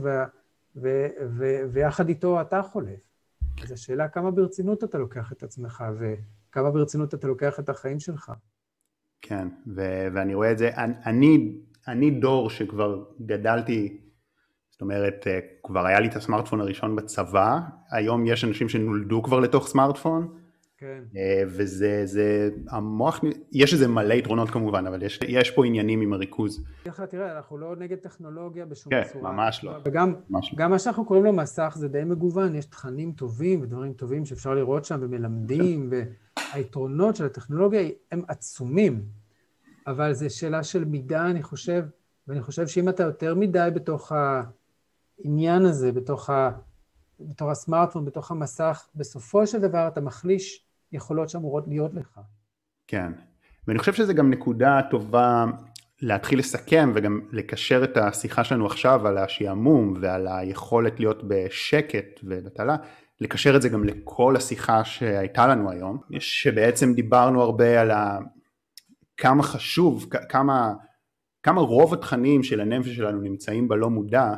ויחד איתו אתה חולף. אז השאלה כמה ברצינות אתה לוקח את עצמך, וכמה ברצינות אתה לוקח את החיים שלך. כן, ואני רואה את זה, אני דור שכבר גדלתי, זאת אומרת, כבר היה לי את הסמארטפון הראשון בצבא, היום יש אנשים שנולדו כבר לתוך סמארטפון, כן. וזה, המוח, יש איזה מלא יתרונות כמובן, אבל יש פה עניינים עם הריכוז. תראה, אנחנו לא נגד טכנולוגיה בשום כן, צורה. ממש לא. וגם מה שאנחנו קוראים לו מסך זה די מגוון, יש תכנים טובים ודברים טובים שאפשר לראות שם ומלמדים, והיתרונות של הטכנולוגיה הם עצומים, אבל זה שאלה של מידה, אני חושב, ואני חושב שאם אתה יותר מדי בתוך העניין הזה, בתוך הסמארטפון, בתוך המסך, בסופו של דבר אתה מחליש יכולות שאמורות להיות לך. כן, ואני חושב שזה גם נקודה טובה להתחיל לסכם וגם לקשר את השיחה שלנו עכשיו על השעמום ועל היכולת להיות בשקט ובטלה, לקשר את זה גם לכל השיחה שהייתה לנו היום, שבעצם דיברנו הרבה על כמה חשוב, כמה רוב התכנים של הנפש שלנו נמצאים בלא מודע,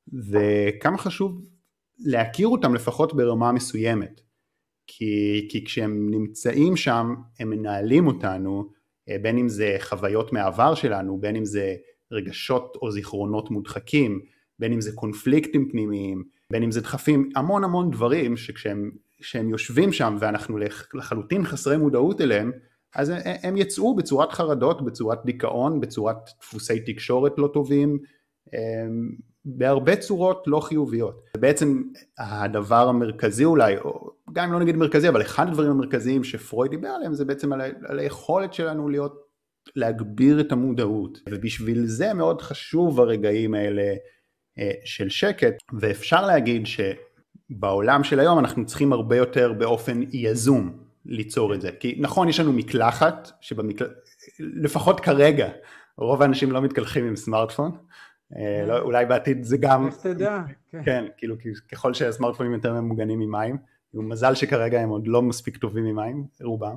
וכמה חשוב להכיר אותם לפחות ברמה מסוימת, כי כשהם נמצאים שם הם מנהלים אותנו, בין אם זה חוויות מהעבר שלנו, בין אם זה רגשות או זיכרונות מודחקים, בין אם זה קונפליקטים פנימיים, בין אם זה דחפים, המון המון דברים שכשהם יושבים שם ואנחנו לחלוטין חסרי מודעות אליהם, אז הם יצאו בצורת חרדות, בצורת דיכאון, בצורת דפוסי תקשורת לא טובים, בהרבה צורות לא חיוביות. בעצם הדבר המרכזי אולי, או גם אם לא נגיד מרכזי, אבל אחד הדברים המרכזיים שפרויד דיבר עליהם, זה בעצם על היכולת שלנו להגביר את המודעות, ובשביל זה מאוד חשוב הרגעים האלה של שקט, ואפשר להגיד שבעולם של היום אנחנו צריכים הרבה יותר באופן יזום ליצור את זה, כי נכון יש לנו מקלחת, לפחות כרגע, רוב האנשים לא מתקלחים עם סמארטפון, אולי בעתיד זה גם, איך תדע, כן, כאילו ככל שהסמארטפונים יותר ממוגנים ממים, מזל שכרגע הם עוד לא מספיק טובים ממים, רובם,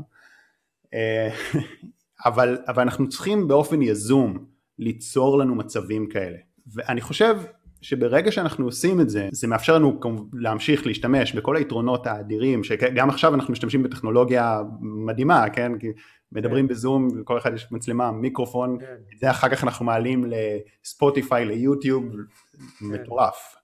אבל אנחנו צריכים באופן יזום ליצור לנו מצבים כאלה, ואני חושב שברגע שאנחנו עושים את זה, זה מאפשר לנו להמשיך להשתמש בכל היתרונות האדירים, שגם עכשיו אנחנו משתמשים בטכנולוגיה מדהימה, כן? כי מדברים בזום, כל אחד יש מצלמה, מיקרופון, את זה אחר כך אנחנו מעלים לספוטיפיי, ליוטיוב, מטורף.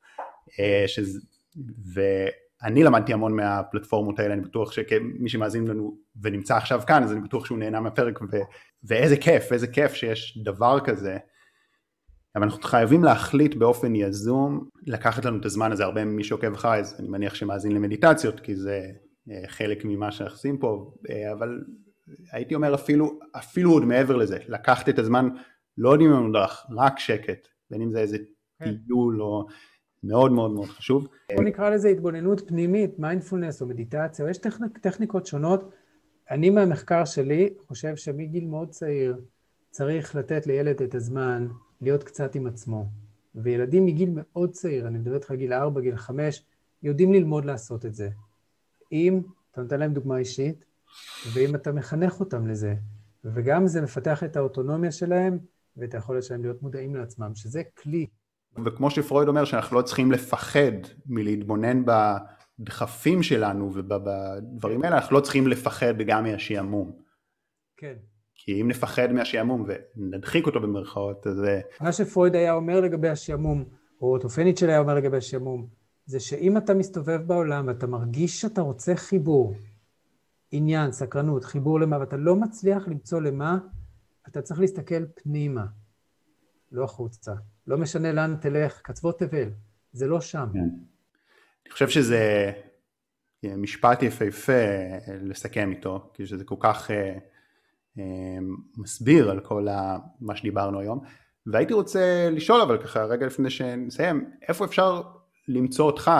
ואני למדתי המון מהפלטפורמות האלה, אני בטוח שמי שמאזין לנו ונמצא עכשיו כאן, אז אני בטוח שהוא נהנה מהפרק, ואיזה כיף שיש דבר כזה, אבל אנחנו חייבים להחליט באופן יזום, לקחת לנו את הזמן הזה, הרבה ממי שעוקב אחרי, אז אני מניח שמאזין למדיטציות, כי זה חלק ממה שאנחנו עושים פה, אבל הייתי אומר אפילו עוד מעבר לזה, לקחת את הזמן, לא יודעים אם נודח, רק שקט, בין אם זה איזה טיול או מאוד מאוד מאוד חשוב. בוא נקרא לזה התבוננות פנימית, מיינדפולנס או מדיטציה, יש טכניקות שונות. אני מהמחקר שלי חושב שמגיל מאוד צעיר צריך לתת לילד את הזמן להיות קצת עם עצמו. וילדים מגיל מאוד צעיר, אני מדבר איתך גיל 4, גיל 5, יודעים ללמוד לעשות את זה. אם אתה נותן להם דוגמה אישית, ואם אתה מחנך אותם לזה, וגם זה מפתח את האוטונומיה שלהם, ואת היכולת שלהם להיות מודעים לעצמם, שזה כלי. וכמו שפרויד אומר, שאנחנו לא צריכים לפחד מלהתבונן בדחפים שלנו, ובדברים האלה, אנחנו לא צריכים לפחד גם מהשעמום. כן. כי אם נפחד מהשעמום ונדחיק אותו במרכאות, אז מה שפרויד היה אומר לגבי השעמום, או טופניצ'ל היה אומר לגבי השעמום, זה שאם אתה מסתובב בעולם ואתה מרגיש שאתה רוצה חיבור, עניין, סקרנות, חיבור למה, ואתה לא מצליח למצוא למה, אתה צריך להסתכל פנימה, לא החוצה. לא משנה לאן תלך, קצוות תבל, זה לא שם. אני חושב שזה משפט יפהפה לסכם איתו, כי שזה כל כך מסביר על כל מה שדיברנו היום, והייתי רוצה לשאול אבל ככה רגע לפני שנסיים, איפה אפשר למצוא אותך,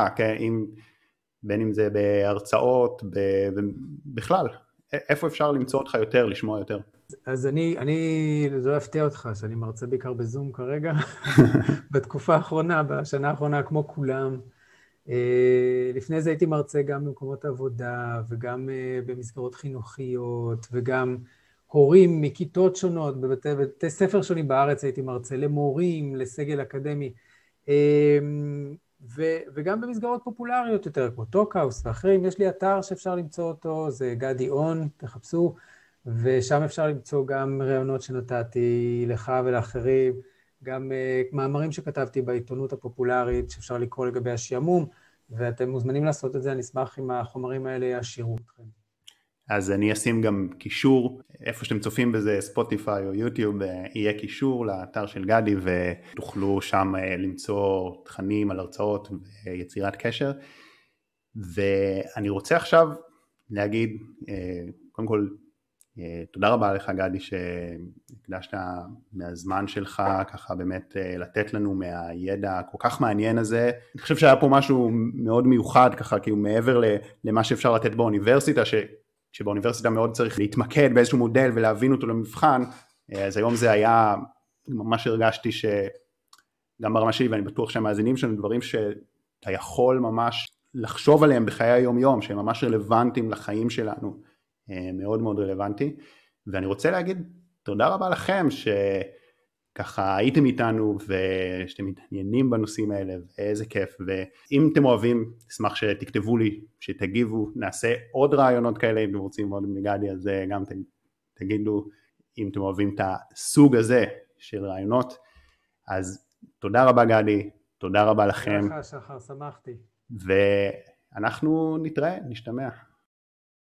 בין אם זה בהרצאות, בכלל, איפה אפשר למצוא אותך יותר, לשמוע יותר? אז אני לא אפתיע אותך, שאני מרצה בעיקר בזום כרגע, בתקופה האחרונה, בשנה האחרונה כמו כולם, לפני זה הייתי מרצה גם במקומות עבודה, וגם במסגרות חינוכיות, וגם הורים מכיתות שונות, בבתי ספר שונים בארץ הייתי מרצה, למורים, לסגל אקדמי, וגם במסגרות פופולריות יותר, כמו טוקהאוס ואחרים. יש לי אתר שאפשר למצוא אותו, זה גדי און, תחפשו, ושם אפשר למצוא גם רעיונות שנתתי לך ולאחרים, גם מאמרים שכתבתי בעיתונות הפופולרית שאפשר לקרוא לגבי השעמום, ואתם מוזמנים לעשות את זה, אני אשמח אם החומרים האלה יעשירו אתכם. אז אני אשים גם קישור, איפה שאתם צופים בזה, ספוטיפיי או יוטיוב, יהיה קישור לאתר של גדי, ותוכלו שם למצוא תכנים על הרצאות ויצירת קשר. ואני רוצה עכשיו להגיד, קודם כל, תודה רבה לך גדי שהקדשת מהזמן שלך ככה באמת לתת לנו מהידע הכל כך מעניין הזה. אני חושב שהיה פה משהו מאוד מיוחד ככה, כי הוא מעבר למה שאפשר לתת באוניברסיטה, שבאוניברסיטה מאוד צריך להתמקד באיזשהו מודל ולהבין אותו למבחן. אז היום זה היה, ממש הרגשתי שגם ברמה שלי, ואני בטוח שהמאזינים שלנו, דברים שאתה יכול ממש לחשוב עליהם בחיי היום יום, שהם ממש רלוונטיים לחיים שלנו, מאוד מאוד רלוונטי. ואני רוצה להגיד תודה רבה לכם ככה הייתם איתנו ושאתם מתעניינים בנושאים האלה, ואיזה כיף. ואם אתם אוהבים, אשמח שתכתבו לי, שתגיבו, נעשה עוד רעיונות כאלה, אם אתם רוצים עוד מגדי, אז גם תגידו אם אתם אוהבים את הסוג הזה של רעיונות. אז תודה רבה גדי, תודה רבה לכם. תודה לך שחר, שמחתי. ואנחנו נתראה, נשתמע.